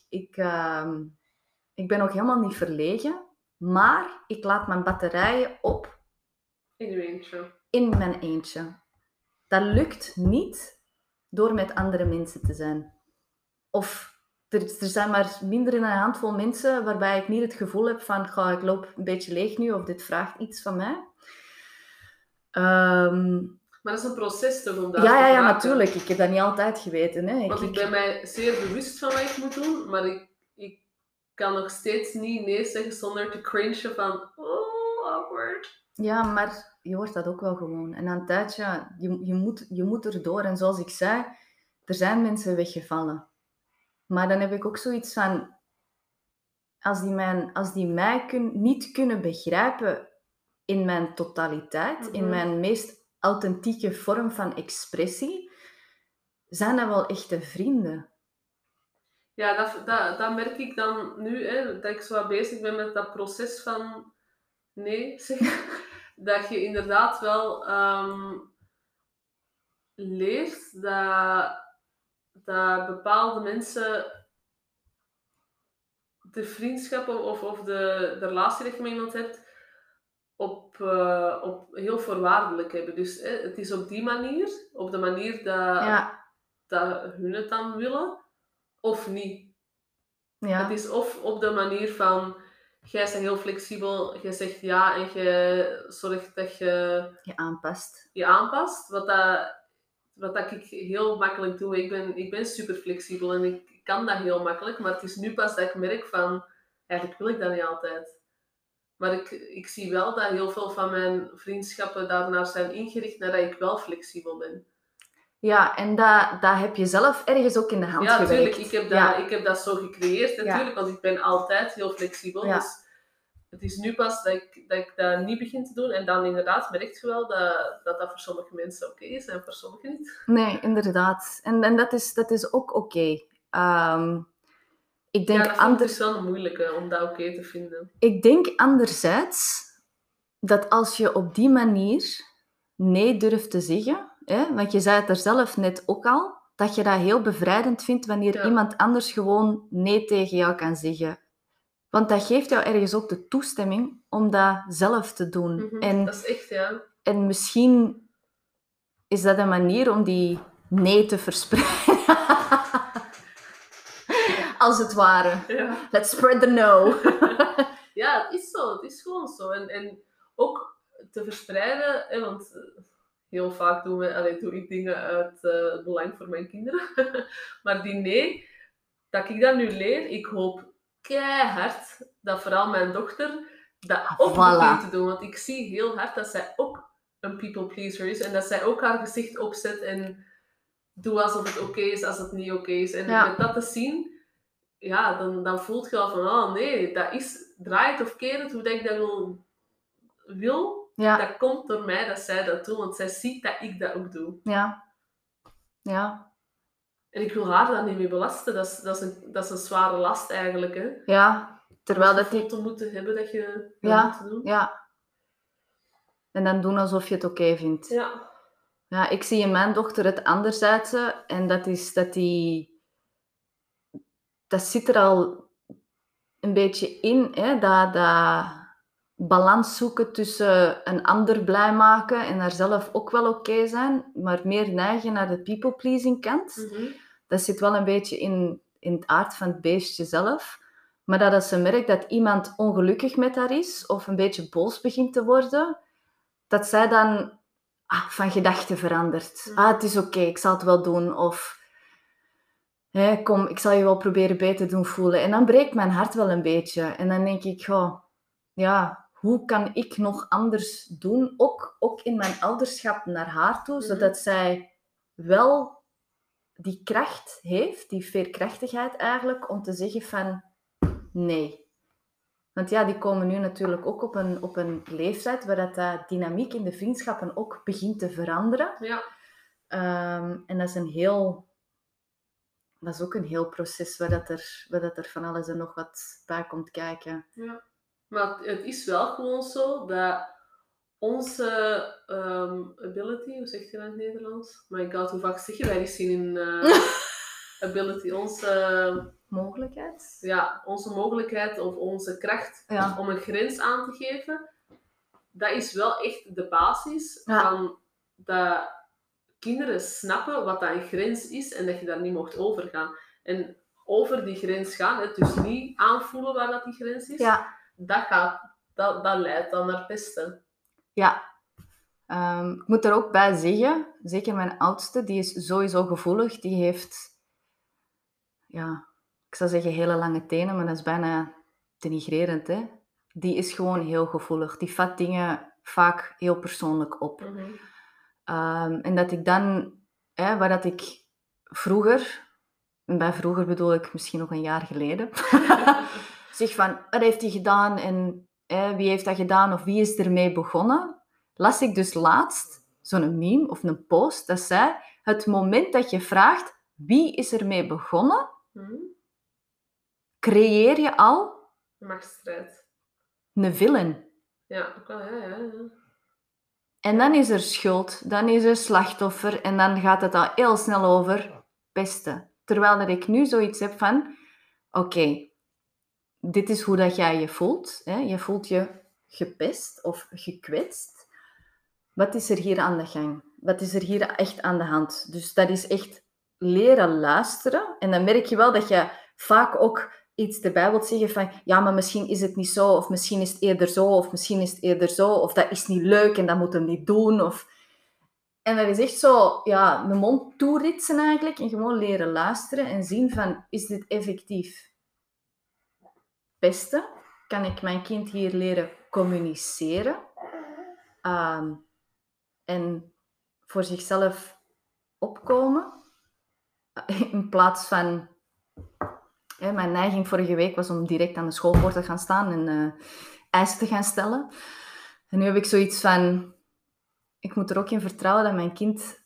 Ik ben ook helemaal niet verlegen. Maar ik laat mijn batterijen op. In je eentje. In mijn eentje. Dat lukt niet door met andere mensen te zijn. Of er zijn maar minder dan een handvol mensen waarbij ik niet het gevoel heb van ik loop een beetje leeg nu of dit vraagt iets van mij. Maar dat is een proces toch om dat Ja, natuurlijk. Ik heb dat niet altijd geweten. Hè. Want ik ben mij zeer bewust van wat ik moet doen, maar ik kan nog steeds niet nee zeggen zonder te cringen van awkward. Ja, maar je hoort dat ook wel gewoon. En aan een tijdje, je moet erdoor. En zoals ik zei, er zijn mensen weggevallen. Maar dan heb ik ook zoiets van, als die mij niet kunnen begrijpen in mijn totaliteit, in mijn meest authentieke vorm van expressie, zijn dat wel echte vrienden. Ja, dat merk ik dan nu, hè, dat ik zo wat bezig ben met dat proces van nee zeggen. Dat je inderdaad wel leert dat bepaalde mensen de vriendschappen of de relatie dat je met iemand hebt op heel voorwaardelijk hebben. Dus het is op die manier, op de manier dat hun het dan willen, of niet. Ja. Het is of op de manier van, jij bent heel flexibel, je zegt ja en je zorgt dat je aanpast. Wat dat ik heel makkelijk doe. Ik ben super flexibel en ik kan dat heel makkelijk, maar het is nu pas dat ik merk van, eigenlijk wil ik dat niet altijd. Maar ik zie wel dat heel veel van mijn vriendschappen daarnaar zijn ingericht, nadat ik wel flexibel ben. Ja, en dat heb je zelf ergens ook in de hand gewerkt. Ja, tuurlijk. Ik heb dat zo gecreëerd natuurlijk, want ik ben altijd heel flexibel. Ja. Dus het is nu pas dat ik dat niet begin te doen. En dan inderdaad merk je wel dat voor sommige mensen oké is en voor sommigen niet. Nee, inderdaad. En dat is ook oké. Ik denk dat is wel moeilijk om dat oké te vinden. Ik denk anderzijds dat als je op die manier nee durft te zeggen, hè? Want je zei het er zelf net ook al, dat je dat heel bevrijdend vindt wanneer iemand anders gewoon nee tegen jou kan zeggen. Want dat geeft jou ergens ook de toestemming om dat zelf te doen. Dat is echt, ja. En misschien is dat een manier om die nee te verspreiden. Als het ware. Ja. Let's spread the no. Ja, het is zo. Het is gewoon zo. En ook te verspreiden, hè, want heel vaak doe ik dingen uit belang voor mijn kinderen. Maar die nee, dat ik dat nu leer, ik hoop keihard dat vooral mijn dochter dat ook begint te doen. Want ik zie heel hard dat zij ook een people pleaser is en dat zij ook haar gezicht opzet en doet alsof het oké is als het niet oké is. En met dat te zien, ja, dan voelt je al van, oh nee, dat is, draai het of keer het, hoe dat ik dat wil, dat komt door mij dat zij dat doet, want zij ziet dat ik dat ook doe. Ja. En ik wil haar daar niet mee belasten, dat is een zware last eigenlijk, hè. Ja, terwijl dat te moeten hebben dat je dat moet doen. Ja. En dan doen alsof je het oké vindt. Ja, ik zie in mijn dochter het anderzijds, en dat is dat zit er al een beetje in, hè, dat balans zoeken tussen een ander blij maken en daar zelf ook wel oké zijn, maar meer neigen naar de people-pleasing kant. Dat zit wel een beetje in het aard van het beestje zelf. Maar dat als ze merkt dat iemand ongelukkig met haar is of een beetje boos begint te worden, dat zij dan van gedachten verandert. Het is oké, ik zal het wel doen. Of kom, ik zal je wel proberen beter doen voelen. En dan breekt mijn hart wel een beetje. En dan denk ik, hoe kan ik nog anders doen? Ook in mijn ouderschap naar haar toe, zodat zij wel die kracht heeft, die veerkrachtigheid eigenlijk, om te zeggen van nee. Want die komen nu natuurlijk ook op een leeftijd waar dat dynamiek in de vriendschappen ook begint te veranderen. En dat is ook een heel proces waar dat er van alles en nog wat bij komt kijken. Ja. Maar het is wel gewoon zo dat onze ability, hoe zeg je dat in het Nederlands? My god, hoe vaak zeg je wij die zin in ability? Onze mogelijkheid? Ja, onze mogelijkheid of onze kracht om een grens aan te geven, dat is wel echt de basis van dat kinderen snappen wat dat een grens is en dat je daar niet mocht overgaan. En over die grens gaan, dus niet aanvoelen waar dat die grens is, dat leidt dan naar pesten. Ja. Ik moet er ook bij zeggen, zeker mijn oudste, die is sowieso gevoelig. Die heeft, ik zou zeggen hele lange tenen, maar dat is bijna denigrerend, hè. Die is gewoon heel gevoelig. Die vat dingen vaak heel persoonlijk op. En dat ik dan, waar dat ik vroeger, en bij vroeger bedoel ik misschien nog een jaar geleden, zeg van, wat heeft hij gedaan en wie heeft dat gedaan of wie is ermee begonnen, las ik dus laatst zo'n meme of een post dat zei, het moment dat je vraagt, wie is ermee begonnen, creëer je al een machtsstrijd. Een villain. Ja, ook wel, ja. En dan is er schuld, dan is er slachtoffer en dan gaat het al heel snel over pesten. Terwijl dat ik nu zoiets heb van, oké, dit is hoe dat jij je voelt. Hè? Je voelt je gepest of gekwetst. Wat is er hier aan de gang? Wat is er hier echt aan de hand? Dus dat is echt leren luisteren. En dan merk je wel dat je vaak ook iets erbij wilt zeggen van, ja, maar misschien is het niet zo, of misschien is het eerder zo, of misschien is het eerder zo, of dat is niet leuk en dat moet hem niet doen. En dat is echt zo, mijn mond toeritsen eigenlijk en gewoon leren luisteren en zien van, is dit effectief pesten? Kan ik mijn kind hier leren communiceren? En voor zichzelf opkomen? In plaats van... mijn neiging vorige week was om direct aan de schoolpoort te gaan staan en eisen te gaan stellen. En nu heb ik zoiets van... Ik moet er ook in vertrouwen dat mijn kind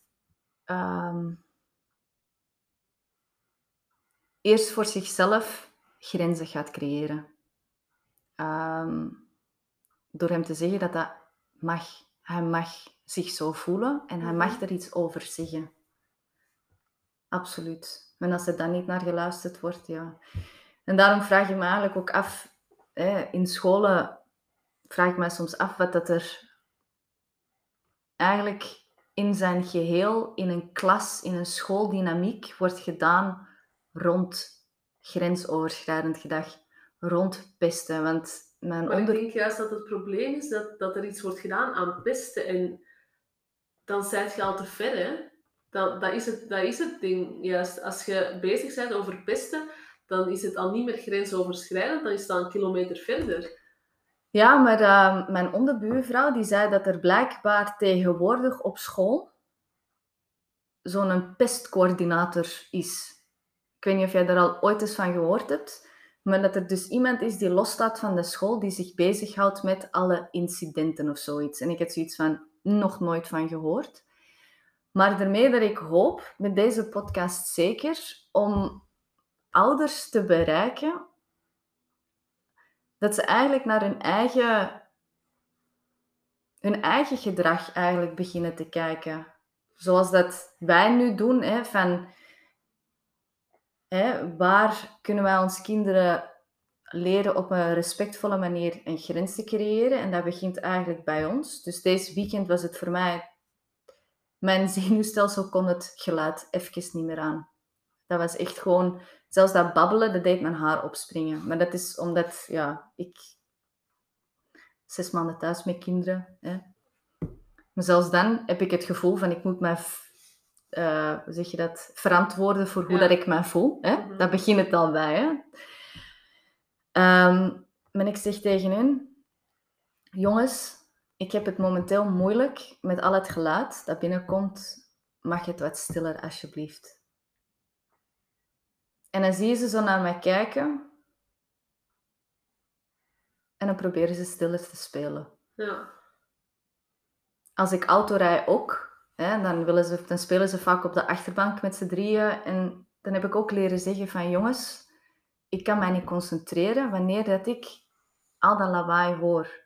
eerst voor zichzelf grenzen gaat creëren. Door hem te zeggen dat dat mag. Hij mag zich zo voelen en hij mag er iets over zeggen. Absoluut. En als er dan niet naar geluisterd wordt, ja. En daarom vraag ik me eigenlijk ook af, in scholen vraag ik me soms af wat dat er eigenlijk in zijn geheel, in een klas, in een schooldynamiek wordt gedaan rond grensoverschrijdend gedrag, rond pesten. Want Maar ik denk juist dat het probleem is dat er iets wordt gedaan aan pesten en dan zijt je al te ver, hè. Dat is het ding juist. Als je bezig bent over pesten, dan is het al niet meer grensoverschrijdend, dan is het al een kilometer verder. Ja, maar mijn onderbuurvrouw die zei dat er blijkbaar tegenwoordig op school zo'n pestcoördinator is. Ik weet niet of jij daar al ooit eens van gehoord hebt, maar dat er dus iemand is die losstaat van de school, die zich bezighoudt met alle incidenten of zoiets. En ik heb zoiets van nog nooit van gehoord. Maar daarmee dat ik hoop, met deze podcast zeker, om ouders te bereiken, dat ze eigenlijk naar hun eigen gedrag eigenlijk beginnen te kijken. Zoals dat wij nu doen, van waar kunnen wij ons kinderen leren op een respectvolle manier een grens te creëren. En dat begint eigenlijk bij ons. Dus deze weekend was het voor mij, mijn zenuwstelsel kon het geluid even niet meer aan. Dat was echt gewoon, zelfs dat babbelen, dat deed mijn haar opspringen. Maar dat is omdat, ik 6 maanden thuis met kinderen. Maar zelfs dan heb ik het gevoel van, ik moet mij, hoe zeg je dat, verantwoorden voor hoe dat ik mij voel. Mhm. Dat begint het al bij. Maar ik zeg tegen hun, jongens, ik heb het momenteel moeilijk met al het geluid dat binnenkomt. Mag het wat stiller, alsjeblieft? En dan zie je ze zo naar mij kijken. En dan proberen ze stiller te spelen. Ja. Als ik autorij ook, dan spelen ze vaak op de achterbank met z'n drieën. En dan heb ik ook leren zeggen van, jongens, ik kan mij niet concentreren wanneer dat ik al dat lawaai hoor.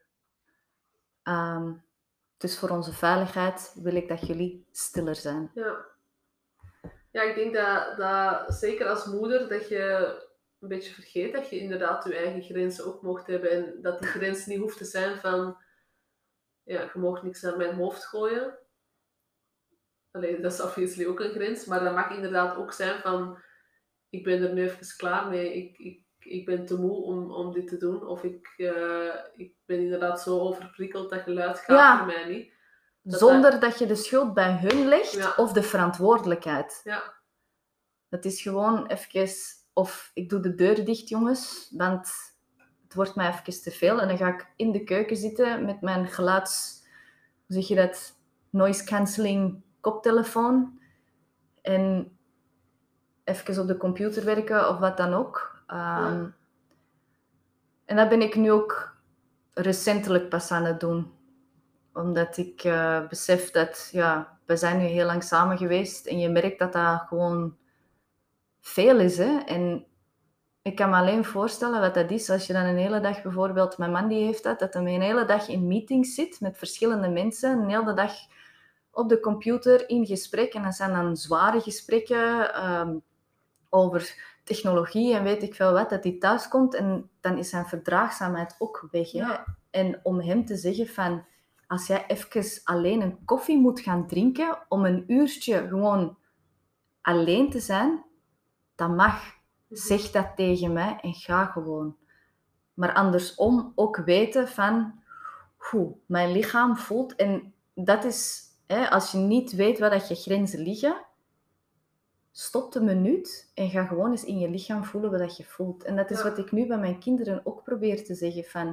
Dus voor onze veiligheid wil ik dat jullie stiller zijn. Ja, ik denk dat zeker als moeder dat je een beetje vergeet dat je inderdaad je eigen grenzen ook mocht hebben. En dat die grens niet hoeft te zijn van, je mag niks naar mijn hoofd gooien. Allee, dat is obviously ook een grens. Maar dat mag inderdaad ook zijn van, ik ben er nu even klaar mee. Ik ben te moe om dit te doen. Of ik ben inderdaad zo overprikkeld dat geluid gaat voor mij niet. Zonder dat je de schuld bij hun legt of de verantwoordelijkheid. Ja. Dat is gewoon even, of ik doe de deur dicht, jongens, want het wordt mij even te veel. En dan ga ik in de keuken zitten met mijn hoe zeg je dat, noise cancelling koptelefoon. En even op de computer werken of wat dan ook. En dat ben ik nu ook recentelijk pas aan het doen. Omdat ik besef dat, we zijn nu heel lang samen geweest. En je merkt dat dat gewoon veel is. Hè? En ik kan me alleen voorstellen wat dat is als je dan een hele dag bijvoorbeeld, mijn man die heeft dat hij een hele dag in meetings zit met verschillende mensen, een hele dag op de computer in gesprek. En dat zijn dan zware gesprekken over technologie en weet ik veel wat, dat hij thuis komt en dan is zijn verdraagzaamheid ook weg. Hè? Ja. En om hem te zeggen van, als jij even alleen een koffie moet gaan drinken om een uurtje gewoon alleen te zijn, dat mag. Zeg dat tegen mij en ga gewoon. Maar andersom ook weten van hoe mijn lichaam voelt. En dat is, als je niet weet waar dat je grenzen liggen, stop de minuut en ga gewoon eens in je lichaam voelen wat dat je voelt. En dat is wat ik nu bij mijn kinderen ook probeer te zeggen van...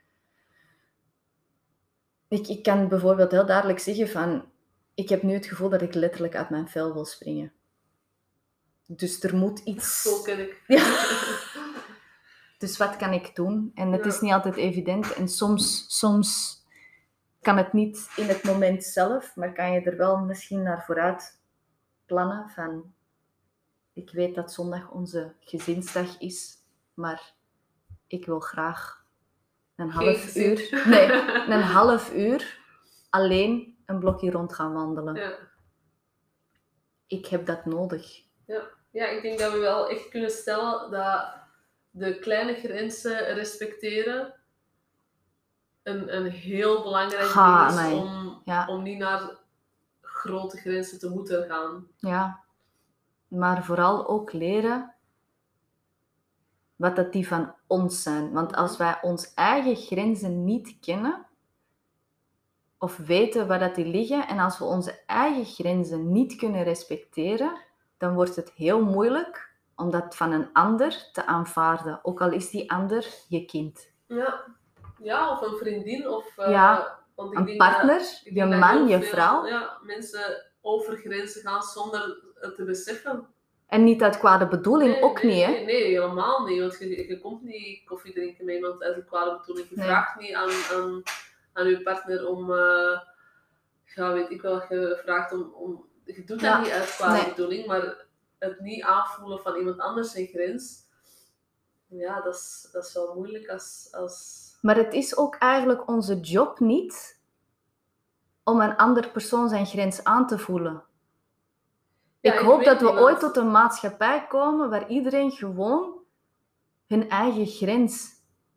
Ik kan bijvoorbeeld heel duidelijk zeggen van... Ik heb nu het gevoel dat ik letterlijk uit mijn vel wil springen. Dus er moet iets... Zo ken ik. Ja. Dus wat kan ik doen? En het is niet altijd evident. En soms kan het niet in het moment zelf, maar kan je er wel misschien naar vooruit plannen van... Ik weet dat zondag onze gezinsdag is, maar ik wil graag een half uur alleen een blokje rond gaan wandelen. Ja. Ik heb dat nodig. Ja, ik denk dat we wel echt kunnen stellen dat de kleine grenzen respecteren een heel belangrijk ding is om niet naar grote grenzen te moeten gaan. Ja, maar vooral ook leren wat dat die van ons zijn. Want als wij ons eigen grenzen niet kennen, of weten waar dat die liggen, en als we onze eigen grenzen niet kunnen respecteren, dan wordt het heel moeilijk om dat van een ander te aanvaarden. Ook al is die ander je kind. Ja, of een vriendin, of want ik een partner, je man, je vrouw. Ja, mensen over grenzen gaan zonder het te beseffen. En niet uit kwade bedoeling, ook niet, hè? Nee, helemaal niet. Want je komt niet koffie drinken met iemand uit een kwade bedoeling. Je vraagt niet aan je partner om... weet ik wel, je vraagt om... Je doet dat niet uit kwade bedoeling, maar het niet aanvoelen van iemand anders zijn grens... Ja, dat is wel moeilijk als... Maar het is ook eigenlijk onze job niet om een ander persoon zijn grens aan te voelen. Ja, ik hoop dat we ooit tot een maatschappij komen waar iedereen gewoon hun eigen grens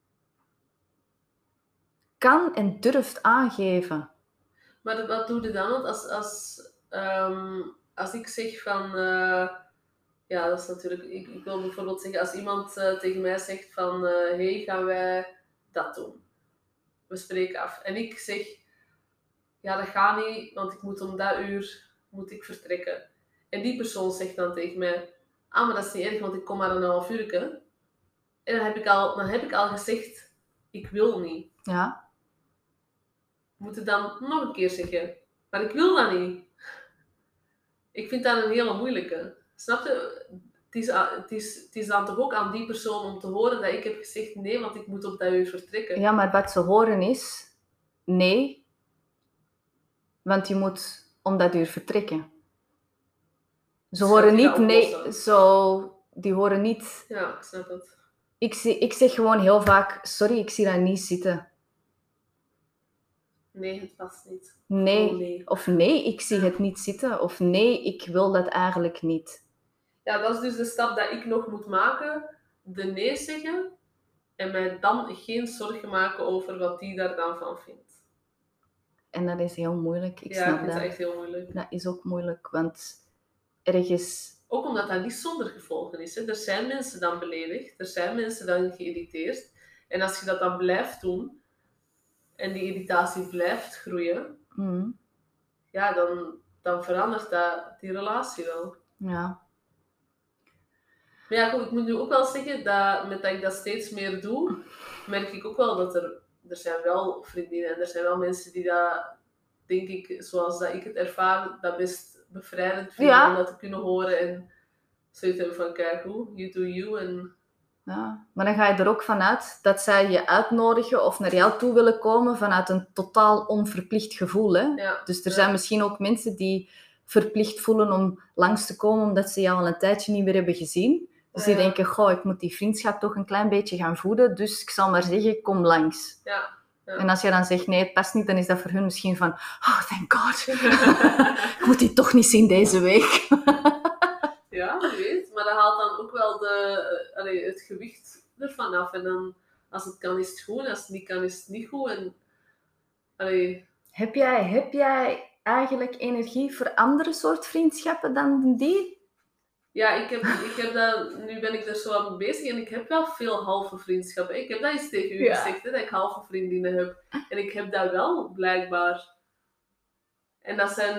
kan en durft aangeven. Maar wat doe je dan? Want als ik zeg van... ja, dat is natuurlijk... Ik wil bijvoorbeeld zeggen, als iemand tegen mij zegt van... hey, gaan wij dat doen? We spreken af. En ik zeg... Ja, dat gaat niet, want ik moet om dat uur vertrekken. En die persoon zegt dan tegen mij... maar dat is niet erg, want ik kom maar een half uur. En dan heb ik al gezegd... Ik wil niet. Ja. Moet het dan nog een keer zeggen? Maar ik wil dat niet. Ik vind dat een hele moeilijke. Snap je? Het is dan toch ook aan die persoon om te horen dat ik heb gezegd nee, want ik moet op dat uur vertrekken. Ja, maar wat ze horen is nee, want je moet om dat uur vertrekken. Ze horen niet nee, die horen niet... Ja, ik snap het. Ik zeg gewoon heel vaak, sorry, ik zie dat niet zitten. Nee, het past niet. Nee. Of nee, ik zie het niet zitten. Of nee, ik wil dat eigenlijk niet. Ja, dat is dus de stap dat ik nog moet maken. De nee zeggen. En mij dan geen zorgen maken over wat die daar dan van vindt. En dat is heel moeilijk. Ik snap dat is echt heel moeilijk. Dat is ook moeilijk, want ergens... Ook omdat dat niet zonder gevolgen is. Hè. Er zijn mensen dan beledigd. Er zijn mensen dan geïrriteerd. En als je dat dan blijft doen... En die irritatie blijft groeien... Ja, dan verandert die relatie wel. Ja. Maar ja, goed, ik moet nu ook wel zeggen dat met dat ik dat steeds meer doe, merk ik ook wel dat er zijn wel vriendinnen en er zijn wel mensen die dat, denk ik, zoals dat ik het ervaar, dat best bevrijdend vinden om dat te kunnen horen en zoiets hebben van, kijk hoe, you do you. En... Ja, maar dan ga je er ook vanuit dat zij je uitnodigen of naar jou toe willen komen vanuit een totaal onverplicht gevoel. Hè? Ja, dus er zijn misschien ook mensen die verplicht voelen om langs te komen omdat ze jou al een tijdje niet meer hebben gezien. Dus die denken, goh, ik moet die vriendschap toch een klein beetje gaan voeden, dus ik zal maar zeggen, kom langs. Ja. En als je dan zegt, nee, het past niet, dan is dat voor hun misschien van, oh, thank God. Ik moet die toch niet zien deze week. Ja, wie weet. Maar dat haalt dan ook wel het gewicht ervan af. En dan, als het kan, is het goed. Als het niet kan, is het niet goed. En, Heb jij eigenlijk energie voor andere soort vriendschappen dan die? Ja, ik heb dat... Nu ben ik er zo aan bezig en ik heb wel veel halve vriendschappen. Ik heb dat eens tegen u gezegd, hè, dat ik halve vriendinnen heb. En ik heb dat wel, blijkbaar. En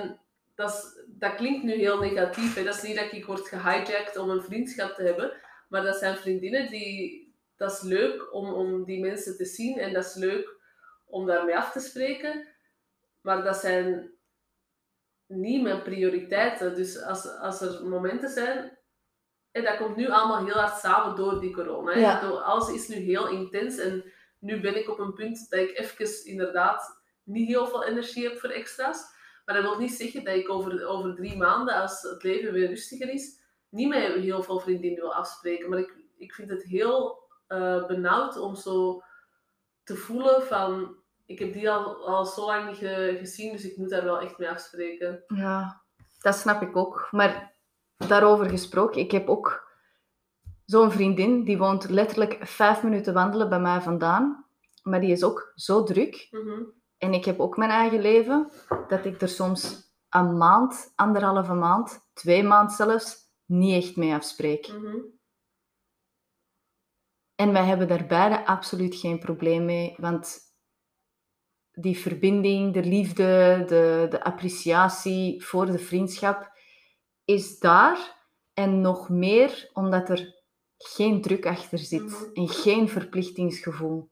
dat klinkt nu heel negatief. Hè. Dat is niet dat ik word gehijacked om een vriendschap te hebben. Maar dat zijn vriendinnen die... Dat is leuk om die mensen te zien. En dat is leuk om daarmee af te spreken. Maar dat zijn niet mijn prioriteiten. Dus als er momenten zijn... En dat komt nu allemaal heel hard samen door die corona. Hè. Ja. Alles is nu heel intens. En nu ben ik op een punt dat ik even inderdaad niet heel veel energie heb voor extra's. Maar dat wil niet zeggen dat ik over 3 maanden, als het leven weer rustiger is, niet met heel veel vriendinnen wil afspreken. Maar ik vind het heel benauwd om zo te voelen van... ik heb die al zo lang niet gezien, dus ik moet daar wel echt mee afspreken. Ja, dat snap ik ook. Maar daarover gesproken, ik heb ook zo'n vriendin, die woont letterlijk 5 minuten wandelen bij mij vandaan. Maar die is ook zo druk. Mhm. En ik heb ook mijn eigen leven, dat ik er soms een maand, 1,5 maand, 2 maanden zelfs, niet echt mee afspreek. Mhm. En wij hebben daar beide absoluut geen probleem mee, want die verbinding, de liefde, de appreciatie voor de vriendschap is daar. En nog meer omdat er geen druk achter zit Mhm. en geen verplichtingsgevoel.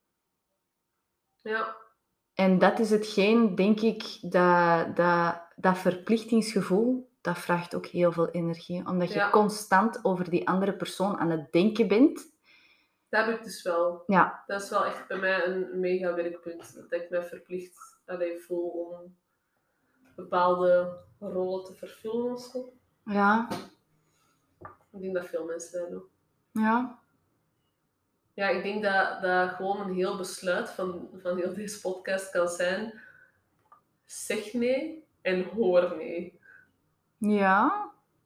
Ja. En dat is hetgeen, denk ik, dat verplichtingsgevoel, dat vraagt ook heel veel energie. Omdat je Ja. constant over die andere persoon aan het denken bent. Dat heb ik dus wel. Ja, Dat is wel echt bij mij een mega werkpunt. Dat ik mij verplicht voel om bepaalde rollen te vervullen of zo. ja, Ik denk dat veel mensen dat doen. ja. Ja, ik denk dat gewoon een heel besluit van heel deze podcast kan zijn: zeg nee en hoor nee. Ja.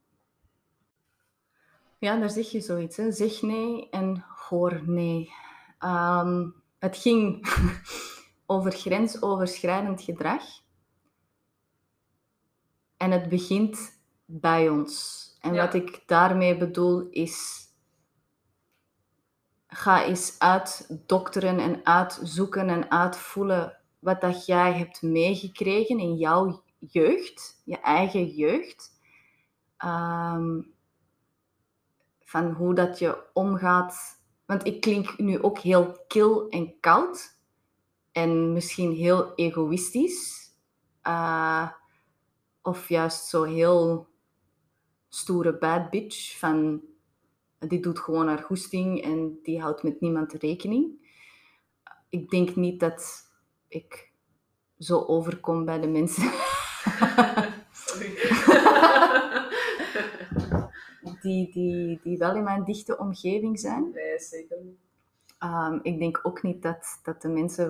Ja, daar zeg je zoiets. Hè. Zeg nee en hoor nee. Het ging over grensoverschrijdend gedrag. En het begint bij ons. En Ja. wat ik daarmee bedoel is... Ga eens uitdokteren en uitzoeken en uitvoelen wat dat jij hebt meegekregen in jouw jeugd, je eigen jeugd. Van hoe dat je omgaat. Want ik klink nu ook heel kil en koud. En misschien heel egoïstisch. Of juist zo heel stoere bad bitch. Van, die doet gewoon haar goesting en die houdt met niemand rekening. Ik denk niet dat ik zo overkom bij de mensen Sorry. die wel in mijn dichte omgeving zijn. Nee, zeker niet. Ik denk ook niet dat de mensen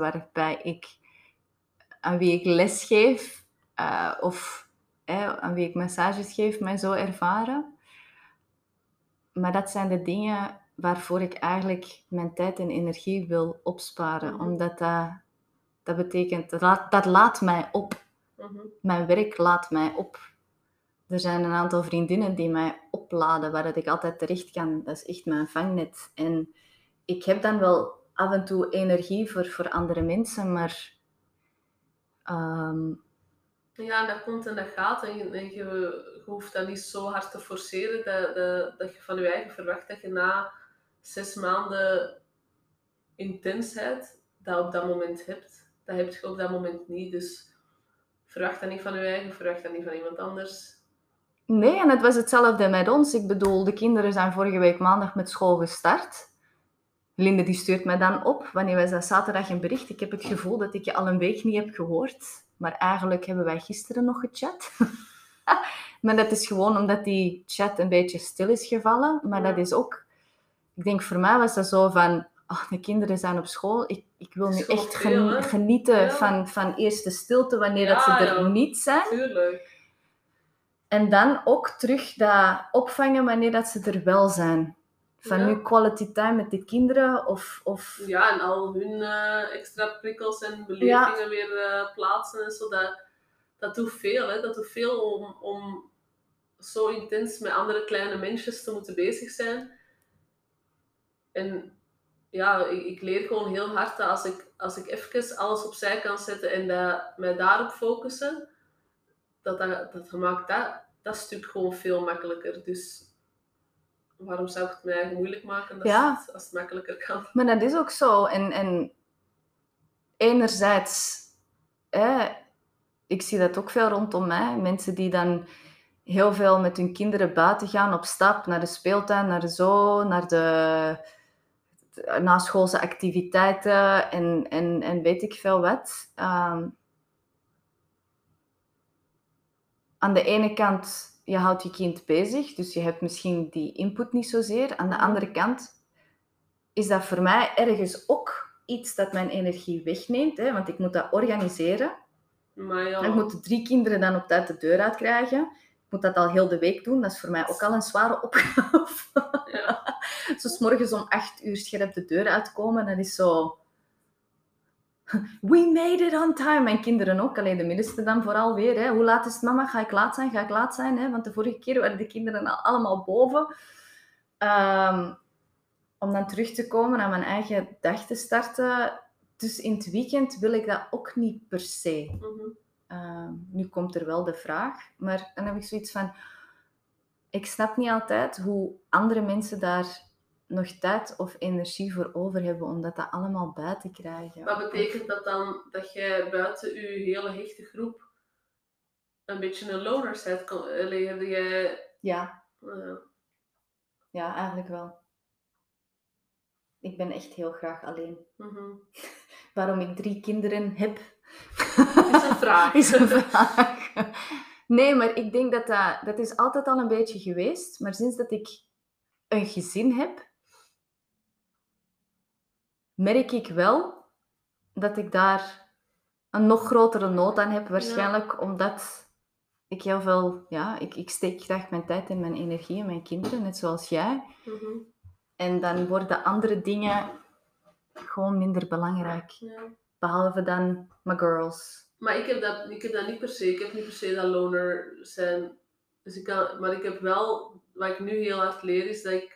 aan wie ik les geef of aan wie ik massages geef, mij zo ervaren. Maar dat zijn de dingen waarvoor ik eigenlijk mijn tijd en energie wil opsparen. Mhm. Omdat dat betekent, dat laat mij op. Mhm. Mijn werk laat mij op. Er zijn een aantal vriendinnen die mij opladen, waar dat ik altijd terecht kan. Dat is echt mijn vangnet. En ik heb dan wel af en toe energie voor andere mensen, maar... Ja, en dat komt en dat gaat. En je hoeft dat niet zo hard te forceren dat je van je eigen verwacht dat je na 6 maanden intensheid dat op dat moment hebt. Dat heb je op dat moment niet. Dus verwacht dat niet van je eigen, verwacht dat niet van iemand anders. Nee, en het was hetzelfde met ons. Ik bedoel, de kinderen zijn vorige week maandag met school gestart. Linde die stuurt mij dan op, wanneer was dat zaterdag een bericht. Ik heb het gevoel dat ik je al een week niet heb gehoord. Maar eigenlijk hebben wij gisteren nog gechat. Maar dat is gewoon omdat die chat een beetje stil is gevallen. Maar dat is ook... Ik denk, voor mij was dat zo van... Oh, de kinderen zijn op school. Ik wil nu echt genieten van eerst de stilte wanneer dat ze er niet zijn. Tuurlijk. En dan ook terug dat opvangen wanneer dat ze er wel zijn. Van nu quality time met de kinderen of... Ja, en al hun extra prikkels en belevingen weer plaatsen en zo. Dat doet veel, hè. Dat doet veel om zo intens met andere kleine mensjes te moeten bezig zijn. En ja, ik leer gewoon heel hard dat als ik even alles opzij kan zetten en mij daarop focussen, dat maakt dat stuk gewoon veel makkelijker. Dus waarom zou ik het mij eigenlijk moeilijk maken als het makkelijker kan? Maar dat is ook zo. En enerzijds, ik zie dat ook veel rondom mij. Mensen die dan heel veel met hun kinderen buiten gaan, op stap, naar de speeltuin, naar de naschoolse activiteiten en weet ik veel wat. Aan de ene kant, je houdt je kind bezig, dus je hebt misschien die input niet zozeer. Aan de andere kant is dat voor mij ergens ook iets dat mijn energie wegneemt, hè, want ik moet dat organiseren. Maar ja. Ik moet de 3 kinderen dan op tijd de deur uitkrijgen. Ik moet dat al heel de week doen. Dat is voor mij ook al een zware opgave. Ja. Zo 's morgens om 8 uur scherp de deur uitkomen, dat is zo... We made it on time. Mijn kinderen ook. Alleen de middenste dan vooral weer. Hè. Hoe laat is het, mama? Ga ik laat zijn? Ga ik laat zijn? Hè? Want de vorige keer waren de kinderen al allemaal boven. Om dan terug te komen aan mijn eigen dag te starten. Dus in het weekend wil ik dat ook niet per se. Nu komt er wel de vraag. Maar dan heb ik zoiets van... Ik snap niet altijd hoe andere mensen daar nog tijd of energie voor over hebben om dat allemaal bij te krijgen. Wat betekent dat dan dat jij buiten je hele hechte groep een beetje een loner bent? Leerde jij... Ja. Ja, eigenlijk wel. Ik ben echt heel graag alleen. Waarom ik 3 kinderen heb... Is een vraag. Is een vraag. Nee, maar ik denk dat is altijd al een beetje geweest. Maar sinds dat ik een gezin heb, merk ik wel dat ik daar een nog grotere nood aan heb. Waarschijnlijk omdat ik heel veel... Ja, ik steek graag mijn tijd en mijn energie in mijn kinderen, net zoals jij. En dan worden andere dingen gewoon minder belangrijk. Ja. Behalve dan mijn girls. Maar ik heb dat niet per se. Ik heb niet per se dat loner zijn. Dus maar ik heb wel... Wat ik nu heel hard leer, is dat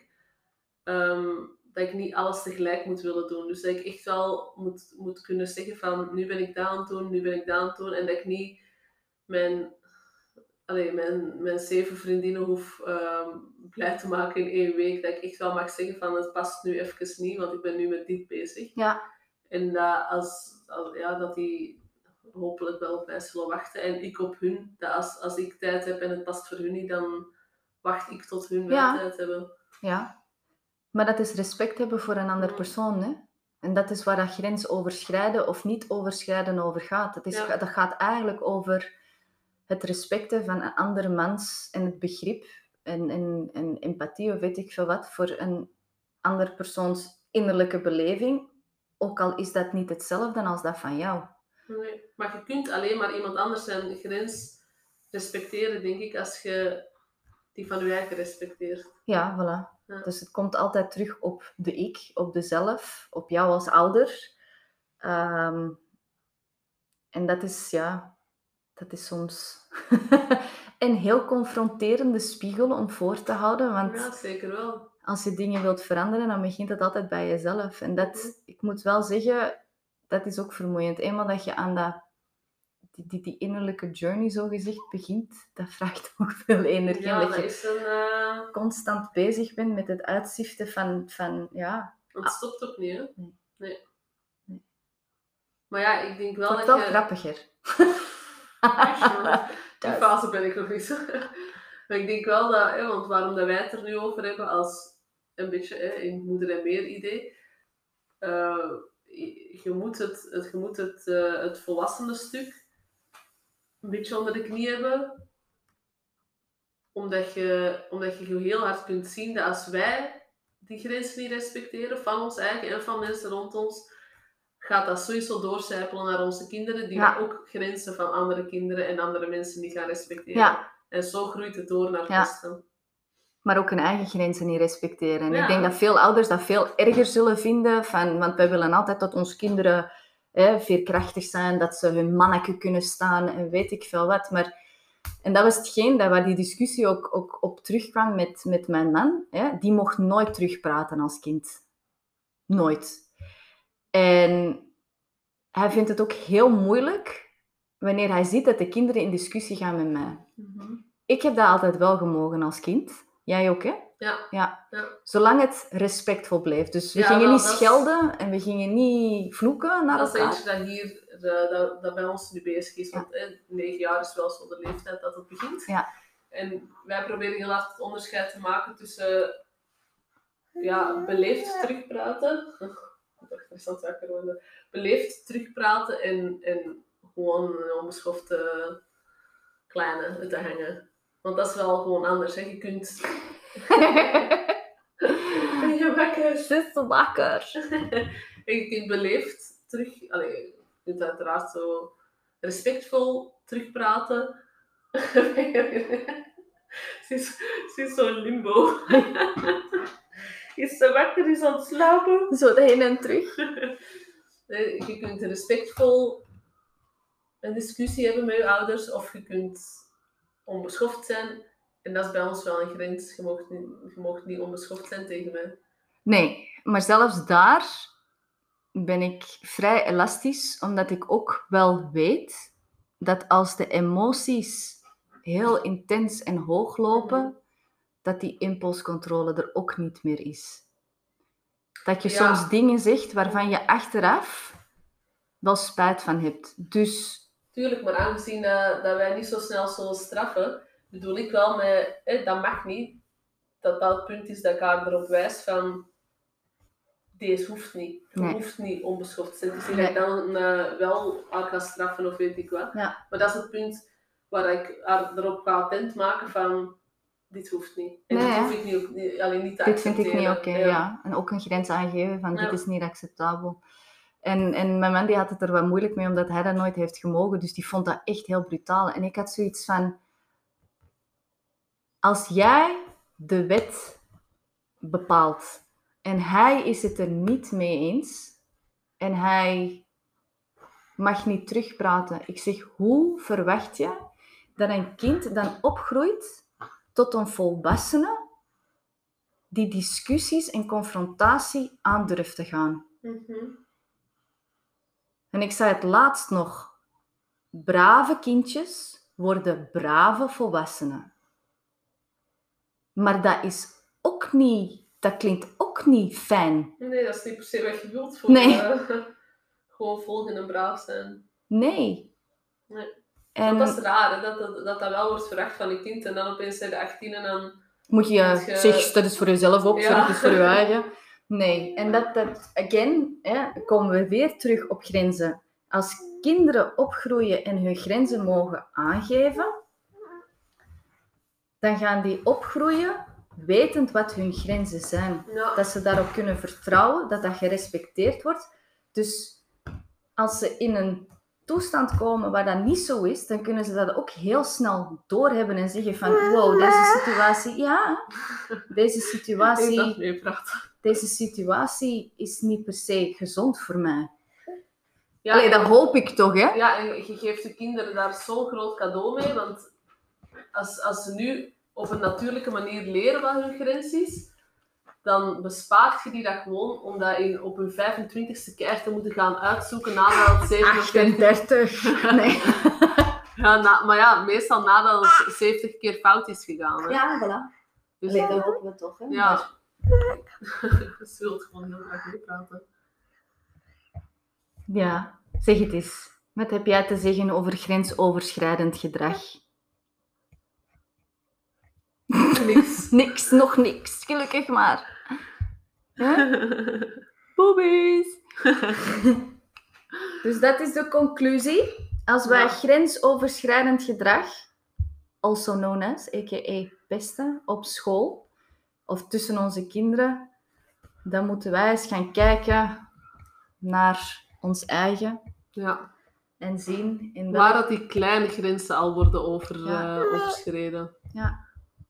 ik niet alles tegelijk moet willen doen. Dus dat ik echt wel moet kunnen zeggen van... Nu ben ik dat aan het doen, nu ben ik dat aan het doen. En dat ik niet mijn 7 vriendinnen hoef blij te maken in 1 week. Dat ik echt wel mag zeggen van... Het past nu even niet, want ik ben nu met dit bezig. Ja. En dat die... hopelijk wel op mij zullen wachten. En ik op hun. Dat als ik tijd heb en het past voor hun niet, dan wacht ik tot hun wel tijd hebben. Ja. Maar dat is respect hebben voor een ander persoon. Hè? En dat is waar dat grens overschrijden of niet overschrijden over gaat. Dat gaat eigenlijk over het respecten van een andere mens en het begrip en empathie of weet ik veel wat voor een ander persoons innerlijke beleving. Ook al is dat niet hetzelfde als dat van jou. Nee, maar je kunt alleen maar iemand anders zijn grens respecteren, denk ik, als je die van je eigen respecteert. Ja, voilà. Ja. Dus het komt altijd terug op de ik, op de zelf, op jou als ouder. En dat is soms een heel confronterende spiegel om voor te houden. Want ja, zeker wel. Als je dingen wilt veranderen, dan begint het altijd bij jezelf. En ik moet wel zeggen, dat is ook vermoeiend. Eenmaal dat je aan die innerlijke journey zo gezegd begint, dat vraagt ook veel energie. Ja, dat je constant bezig bent met het uitziften van ja... Het stopt ook niet, hè? Nee. Maar ja, ik denk wel dat je... Het wordt wel grappiger. Die fase ben ik nog niet zo. Maar ik denk wel dat, want waarom dat wij het er nu over hebben, als een beetje in moeder en meer idee, je moet het volwassene stuk een beetje onder de knie hebben, omdat je heel hard kunt zien dat als wij die grenzen niet respecteren van ons eigen en van mensen rond ons, gaat dat sowieso doorcijpelen naar onze kinderen, die ook grenzen van andere kinderen en andere mensen niet gaan respecteren. Ja. En zo groeit het door naar het beste. Maar ook hun eigen grenzen niet respecteren. En ik denk dat veel ouders dat veel erger zullen vinden, want wij willen altijd dat onze kinderen veerkrachtig zijn, dat ze hun manneke kunnen staan en weet ik veel wat. En dat was hetgeen waar die discussie ook op terugkwam met mijn man. Die mocht nooit terugpraten als kind. Nooit. En hij vindt het ook heel moeilijk wanneer hij ziet dat de kinderen in discussie gaan met mij. Mm-hmm. Ik heb dat altijd wel gemogen als kind. Jij ook, hè? Ja. Zolang het respectvol bleef. Dus we gingen niet schelden en we gingen niet vloeken naar elkaar. Dat is eentje dat hier dat bij ons nu bezig is. Want 9 jaar is wel zo de leeftijd dat het begint. Ja. En wij proberen heel hard het onderscheid te maken tussen beleefd terugpraten. Interessant wakker worden. Beleefd terugpraten en gewoon een onbeschofte kleine te hangen. Want dat is wel gewoon anders. Hè? Je kunt... Ben je wakker? Zit wakker. En je kunt beleefd terug... Allee, je kunt uiteraard zo respectvol terugpraten. Ze is zo limbo. Is ze wakker, is aan het slapen? Zo de heen en terug. Je kunt respectvol een discussie hebben met je ouders, of je kunt onbeschoft zijn. En dat is bij ons wel een grens. Je mag niet onbeschoft zijn tegen mij. Nee, maar zelfs daar ben ik vrij elastisch, omdat ik ook wel weet dat als de emoties heel intens en hoog lopen, dat die impulscontrole er ook niet meer is. Dat je soms dingen zegt waarvan je achteraf wel spijt van hebt. Dus... Tuurlijk, maar aangezien dat wij niet zo snel zullen straffen, bedoel ik wel met, dat mag niet, dat het punt is dat ik haar erop wijs van, deze hoeft niet. Je hoeft niet onbeschoft te zijn. Dus dat ik dan wel haar ga straffen of weet ik wat. Ja. Maar dat is het punt waar ik haar erop ga attent maken van, dit hoeft niet. En dit hoef ik niet, alleen niet te dit accepteren. Vind ik niet oké, ja. En ook een grens aangeven van, dit is niet acceptabel. En mijn man die had het er wat moeilijk mee, omdat hij dat nooit heeft gemogen. Dus die vond dat echt heel brutaal. En ik had zoiets van... Als jij de wet bepaalt en hij is het er niet mee eens en hij mag niet terugpraten. Ik zeg, hoe verwacht je dat een kind dan opgroeit tot een volwassene die discussies en confrontatie aandurft te gaan? En ik zei het laatst nog, brave kindjes worden brave volwassenen. Maar dat klinkt ook niet fijn. Nee, dat is niet per se wat je wilt voor gewoon volgen en braaf zijn. Nee. Want dat is raar, hè? Dat wel wordt verwacht van een kind en dan opeens zijn de 18 en dan... Moet je zeg, dat is voor jezelf ook, dat is voor je eigen. Nee, en dat again, komen we weer terug op grenzen. Als kinderen opgroeien en hun grenzen mogen aangeven, dan gaan die opgroeien wetend wat hun grenzen zijn. Ja. Dat ze daarop kunnen vertrouwen, dat dat gerespecteerd wordt. Dus als ze in een toestand komen waar dat niet zo is, dan kunnen ze dat ook heel snel doorhebben en zeggen van, wow, deze situatie is niet per se gezond voor mij. Ja, allee, dat hoop ik toch, hè? Ja, en je geeft de kinderen daar zo'n groot cadeau mee, want als ze nu op een natuurlijke manier leren wat hun grens is, dan bespaart je die dat gewoon om dat op hun 25ste keer te moeten gaan uitzoeken nadat het 38. Nee. Ja, maar ja, meestal nadat het 70 keer fout is gegaan. Hè. Ja, voilà. Dus dat hopen we toch, hè? Ja. Ze wilt gewoon heel graag meepraten. Ja, zeg het eens. Wat heb jij te zeggen over grensoverschrijdend gedrag? Niks, nog niks. Gelukkig maar. Boobies. Dus dat is de conclusie. Als wij grensoverschrijdend gedrag, also known as, a.k.a. pesten, op school of tussen onze kinderen, dan moeten wij eens gaan kijken naar ons eigen. Ja. En zien in waar dat die kleine grenzen al worden overschreden. Ja.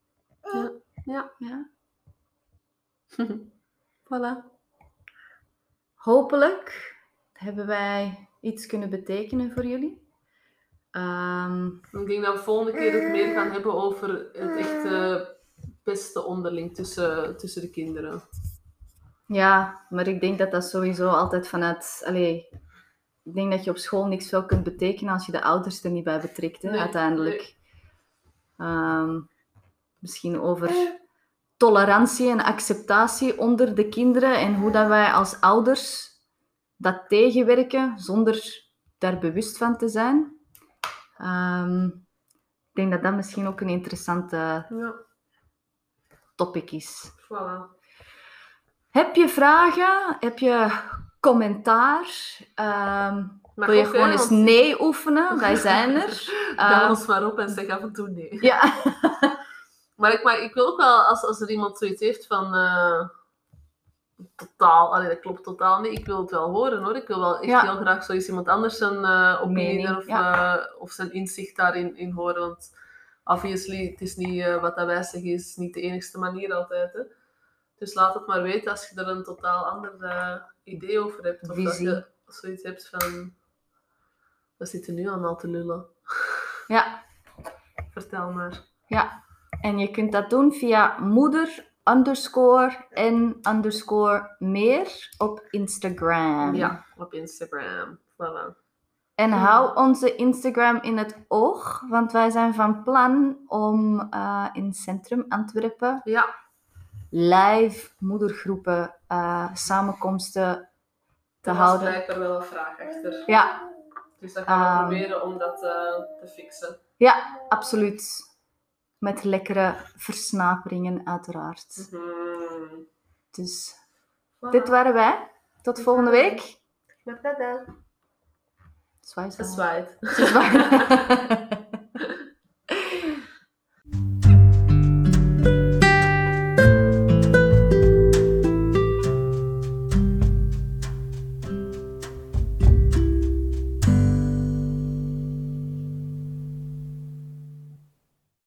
Voilà. Hopelijk hebben wij iets kunnen betekenen voor jullie. Ik denk dat we volgende keer het meer gaan hebben over het echte pesten onderling tussen de kinderen. Ja, maar ik denk dat dat sowieso altijd vanuit... ik denk dat je op school niks veel kunt betekenen als je de ouders er niet bij betrekt, hè, uiteindelijk. Nee. Misschien over tolerantie en acceptatie onder de kinderen en hoe dat wij als ouders dat tegenwerken zonder daar bewust van te zijn. Ik denk dat dat misschien ook een interessante topic is. Voilà. Heb je vragen? Heb je commentaar? Wil je gewoon eens nee oefenen? Wij zijn er. Bel ons maar op en zeg af en toe nee. Ja. Maar ik wil ook wel, als er iemand zoiets heeft van... dat klopt totaal niet. Ik wil het wel horen hoor. Ik wil wel echt Ja. heel graag zo eens iemand anders zijn opinie Mening, of zijn inzicht daarin horen. Want obviously, het is niet wat dat wij zeggen, is niet de enigste manier altijd. Hè. Dus laat het maar weten als je er een totaal ander idee over hebt. Of Visie. dat je zoiets hebt van... We zitten nu allemaal te lullen. Ja. Vertel maar. Ja. En je kunt dat doen via moeder_en_meer op Instagram. Ja, op Instagram. Voilà. En hou onze Instagram in het oog, want wij zijn van plan om in Centrum Antwerpen Ja, live moedergroepen, samenkomsten te er was houden. blijkbaar wel een vraag achter. Ja, Dus dan gaan we proberen om dat te fixen. ja, absoluut. Met lekkere versnaperingen uiteraard. Mhm. Dus Voilà. dit waren wij. Tot volgende week. Tada. Zwaai zo. Gezwaaid. Zwaai.